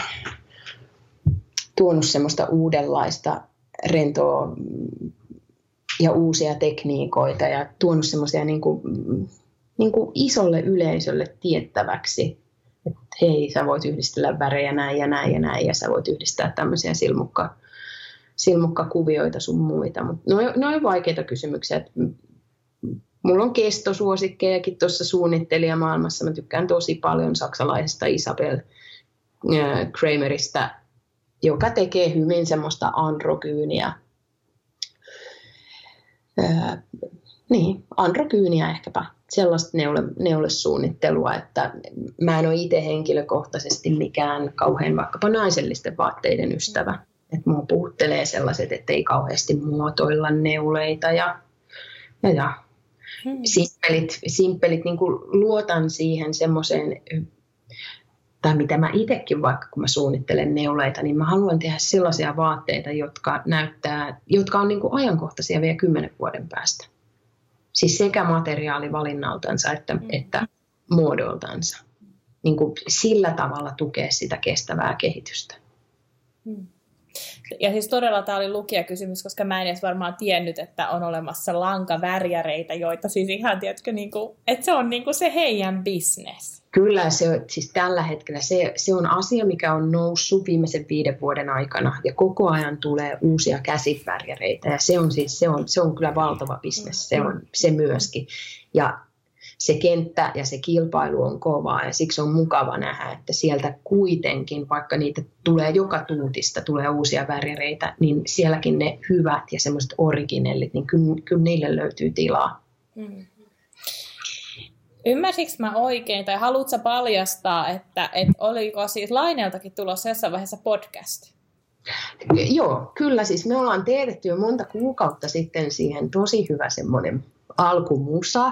tuonut semmoista uudenlaista rentoa ja uusia tekniikoita ja tuonut semmoisia niin kuin, niin kuin isolle yleisölle tiettäväksi, että hei, sä voit yhdistellä värejä näin ja näin ja näin ja sä voit yhdistää tämmöisiä silmukka, silmukkakuvioita sun muita. Mutta ne on vaikeita kysymyksiä. Mulla on kestosuosikkejakin tuossa suunnittelijamaailmassa. Mä tykkään tosi paljon saksalaisesta Isabel Kramerista, joka tekee hyvin semmoista androgyyniä. Ää, niin, androgyyniä ehkäpä. Sellaista neule, neulesuunnittelua, että mä en ole itse henkilökohtaisesti mikään kauhean vaikkapa naisellisten vaatteiden ystävä. Että mua puhuttelee sellaiset, että ei kauheasti muotoilla neuleita ja, ja, ja Hmm. Simppelit, simppelit niin kuin luotan siihen semmoiseen, tai mitä mä itsekin vaikka kun mä suunnittelen neuleita, niin mä haluan tehdä sellaisia vaatteita, jotka näyttää, jotka on niin kuin ajankohtaisia vielä kymmenen vuoden päästä. Siis sekä materiaalivalinnaltansa että, hmm. että muodoltansa. Niin kuin sillä tavalla tukea sitä kestävää kehitystä. Hmm. Ja siis todella tämä oli lukijakysymys, koska mä en edes varmaan tiennyt, että on olemassa lankavärjäreitä, joita siis ihan, tiedätkö, niin kuin, että se on niin kuin se heidän business. Kyllä, se, siis tällä hetkellä se, se on asia, mikä on noussut viimeisen viiden vuoden aikana ja koko ajan tulee uusia käsivärjäreitä ja se on, siis, se on, se on kyllä valtava business, se on se myöskin. Ja se kenttä ja se kilpailu on kovaa ja siksi on mukava nähdä, että sieltä kuitenkin, vaikka niitä tulee joka tuutista, tulee uusia värjäreitä, niin sielläkin ne hyvät ja semmoiset originellit, niin kyllä, kyllä niille löytyy tilaa. Mm. Ymmärsikö mä oikein, tai haluatko paljastaa, että et oliko siis Laineeltakin tulossa jossain vaiheessa podcast? Joo, kyllä siis me ollaan teetetty jo monta kuukautta sitten siihen tosi hyvä semmoinen alkumusa.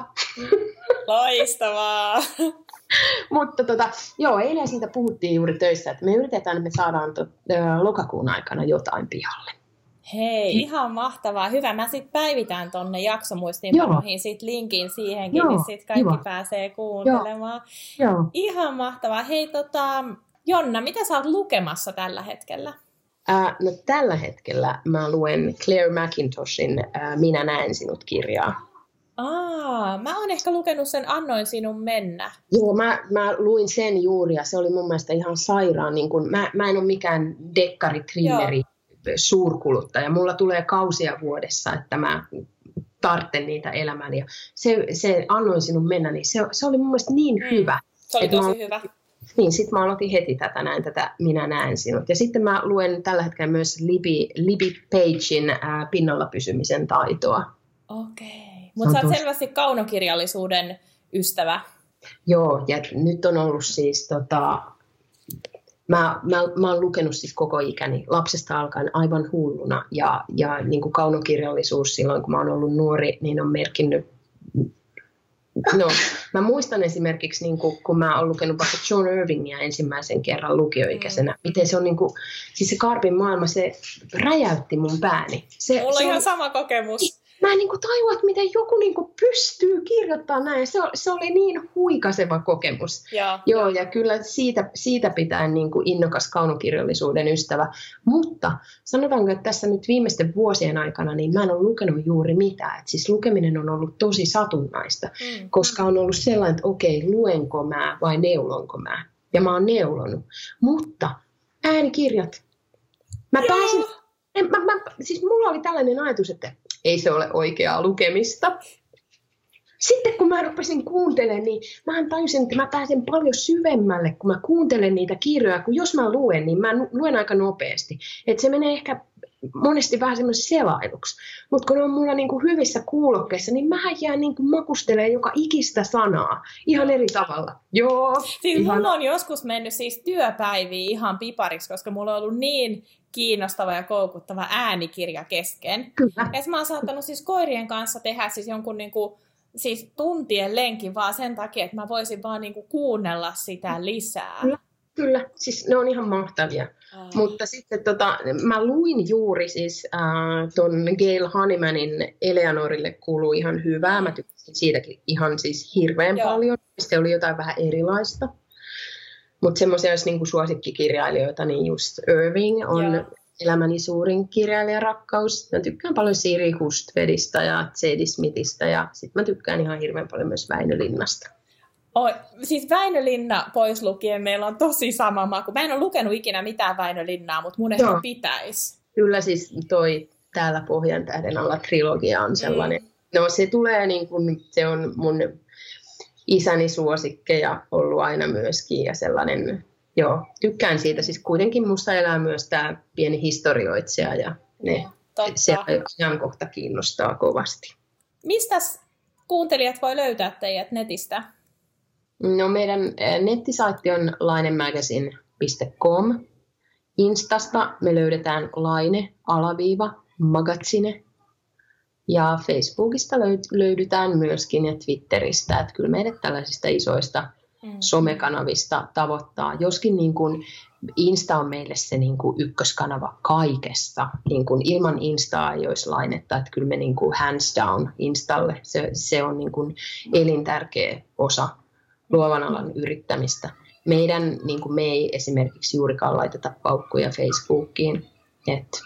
Loistavaa! Mutta tota, joo, eilen siitä puhuttiin juuri töissä, että me yritetään, että me saadaan to, ö, lokakuun aikana jotain pihalle. Hei, ihan mahtavaa. Hyvä. Mä sitten päivitän tonne jaksomuistiinpanoihin sit linkin siihenkin, joo, niin sitten kaikki kiva. Pääsee kuuntelemaan. Joo. Joo. Ihan mahtavaa. Hei, tota, Jonna, mitä sä oot lukemassa tällä hetkellä? Äh, no tällä hetkellä mä luen Claire McIntoshin äh, Minä näen sinut -kirjaa. Aa, mä oon ehkä lukenut sen Annoin sinun mennä. Joo, mä, mä luin sen juuri ja se oli mun mielestä ihan sairaan. Niin kun, mä, mä en ole mikään dekkari, thrilleri, suurkuluttaja. Mulla tulee kausia vuodessa, että mä tartten niitä elämään. Ja se, se Annoin sinun mennä, niin se, se oli mun mielestä niin mm. hyvä. Se oli tosi mä, hyvä. Niin, sit mä aloitin heti tätä näin, tätä Minä näen sinut. Ja sitten mä luen tällä hetkellä myös Libby, Libby Pagein äh, Pinnalla pysymisen taitoa. Okei. Okay. Mutta sä oot tos... selvästi kaunokirjallisuuden ystävä. Joo, ja nyt on ollut siis, tota, mä, mä, mä oon lukenut siis koko ikäni lapsesta alkaen aivan hulluna. Ja, ja niin kuin kaunokirjallisuus silloin, kun mä oon ollut nuori, niin on merkinnyt. No, mä muistan esimerkiksi, niin kuin, kun mä oon lukenut vaikka John Irvingia ensimmäisen kerran lukioikäisenä, mm. miten se on, niin kuin, siis se Karpin maailma, se räjäytti mun pääni. Se, Mulla on se ihan on, sama kokemus. Mä en niin kuin tajua, että miten joku niin kuin pystyy kirjoittamaan näin. Se, se oli niin huikaseva kokemus. Ja, Joo, ja kyllä siitä, siitä pitää niin kuin innokas kaunokirjallisuuden ystävä. Mutta sanotaanko, että tässä nyt viimeisten vuosien aikana niin mä en ole lukenut juuri mitään. Et siis lukeminen on ollut tosi satunnaista, mm. koska on ollut sellainen, että okei, luenko mä vai neulonko mä. Ja mä oon neulonut. Mutta äänikirjat. Mä Joo. pääsin... En, mä, mä, siis mulla oli tällainen ajatus, että ei se ole oikeaa lukemista. Sitten kun mä rupesin kuuntelemaan, niin mä tajusin, että mä pääsen paljon syvemmälle, kun mä kuuntelen niitä kirjoja. Kun jos mä luen, niin mä luen aika nopeasti. Että se menee ehkä monesti vähän semmoisen selailuksi. Mutta kun ne on mulla niinku hyvissä kuulokkeissa, niin mä jään niinku makustelemaan joka ikistä sanaa ihan eri tavalla. Joo. Siis ihan... mulla on joskus mennyt siis työpäiviä ihan pipariksi, koska mulla on ollut niin kiinnostava ja koukuttava äänikirja kesken. Kyllä. Ja mä oon saattanut siis koirien kanssa tehdä siis jonkun niinku, siis tuntien lenkin vaan sen takia, että mä voisin vaan niinku kuunnella sitä lisää. Kyllä. Kyllä, siis ne on ihan mahtavia. Ai. Mutta sitten tota, mä luin juuri siis äh, ton Gail Honeymanin Eleanorille kuuluu ihan hyvää. Mä tykkäsin siitäkin ihan siis hirveän Joo. paljon. Se oli jotain vähän erilaista. Mutta semmoisia, jos niinku suosikkikirjailijoita, niin just Irving on Joo. elämäni suurin kirjailijarakkaus. Mä tykkään paljon Siri Hustvedista ja Zadie Smithistä ja sitten mä tykkään ihan hirveän paljon myös Väinö Linnasta. Oh, siis Väinö Linna pois lukien meillä on tosi sama maku. Mä en ole lukenut ikinä mitään Väinö Linnaa, mutta mun ehkä pitäisi. Kyllä siis toi Täällä Pohjan tähden alla -trilogia on sellainen. Mm. No se tulee niin kuin, se on mun isäni suosikkeja ollut aina myöskin ja sellainen, joo, tykkään siitä. Siis kuitenkin musta elää myös tää pieni historioitsija ja ne, se ajankohta kiinnostaa kovasti. Mistäs kuuntelijat voi löytää teidät netistä? No meidän nettisaitti on lainemagazine piste com. Instasta me löydetään laine alaviiva magazine. Ja Facebookista löydytään myöskin ja Twitteristä. Että kyllä meidät tällaisista isoista mm. somekanavista tavoittaa. Joskin niin kuin Insta on meille se niin kuin ykköskanava kaikesta. Niin kuin ilman Instaa ei olisi lainetta. Että kyllä me niin kuin hands down Installe. Se, se on niin kuin elintärkeä osa luovan alan yrittämistä. Meidän, niin kuin me ei esimerkiksi juurikaan laiteta paukkuja Facebookiin, että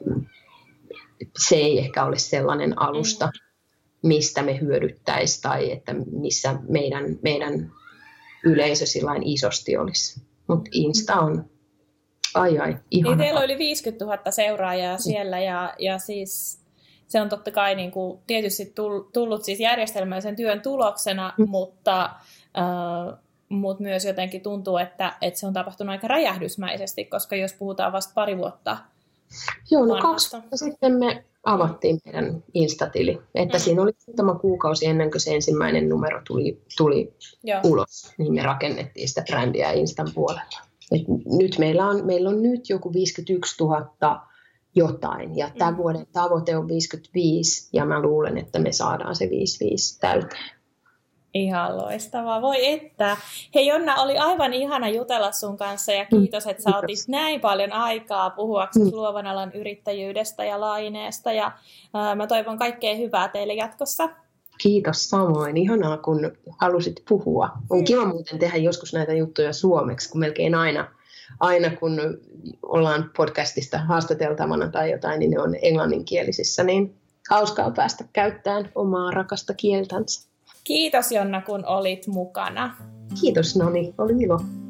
se ei ehkä ole sellainen alusta, mistä me hyödyttäisiin tai että missä meidän, meidän yleisö sillain isosti olisi. Mutta Insta on, ai ai, ihana. Niin teillä on yli viisikymmentätuhatta seuraajaa siellä ja, ja siis se on totta kai niin kuin tietysti tullut siis järjestelmällisen työn tuloksena, mm. mutta Uh, mutta myös jotenkin tuntuu, että, että se on tapahtunut aika räjähdysmäisesti, koska jos puhutaan vasta pari vuotta Joo, no kaksi sitten me avattiin meidän Insta-tili. Että mm. siinä oli muutama kuukausi ennen kuin se ensimmäinen numero tuli, tuli ulos, niin me rakennettiin sitä brändiä Instan puolella. Et nyt meillä on, meillä on nyt joku viisikymmentäyksituhatta jotain, ja tämän mm. vuoden tavoite on viisikymmentäviisi, ja mä luulen, että me saadaan se viisikymmentäviisi täyteen. Ihan loistavaa. Voi että. Hei Jonna, oli aivan ihana jutella sun kanssa ja kiitos, että sä otit näin paljon aikaa puhuaksesi mm. luovan alan yrittäjyydestä ja laineesta. Ja ää, mä toivon kaikkea hyvää teille jatkossa. Kiitos samoin. Ihanaa, kun halusit puhua. On mm. kiva muuten tehdä joskus näitä juttuja suomeksi, kun melkein aina, aina kun ollaan podcastista haastateltavana tai jotain, niin ne on englanninkielisissä. Niin hauskaa päästä käyttämään omaa rakasta kieltänsä. Kiitos Jonna, kun olit mukana. Kiitos Noni, oli ilo.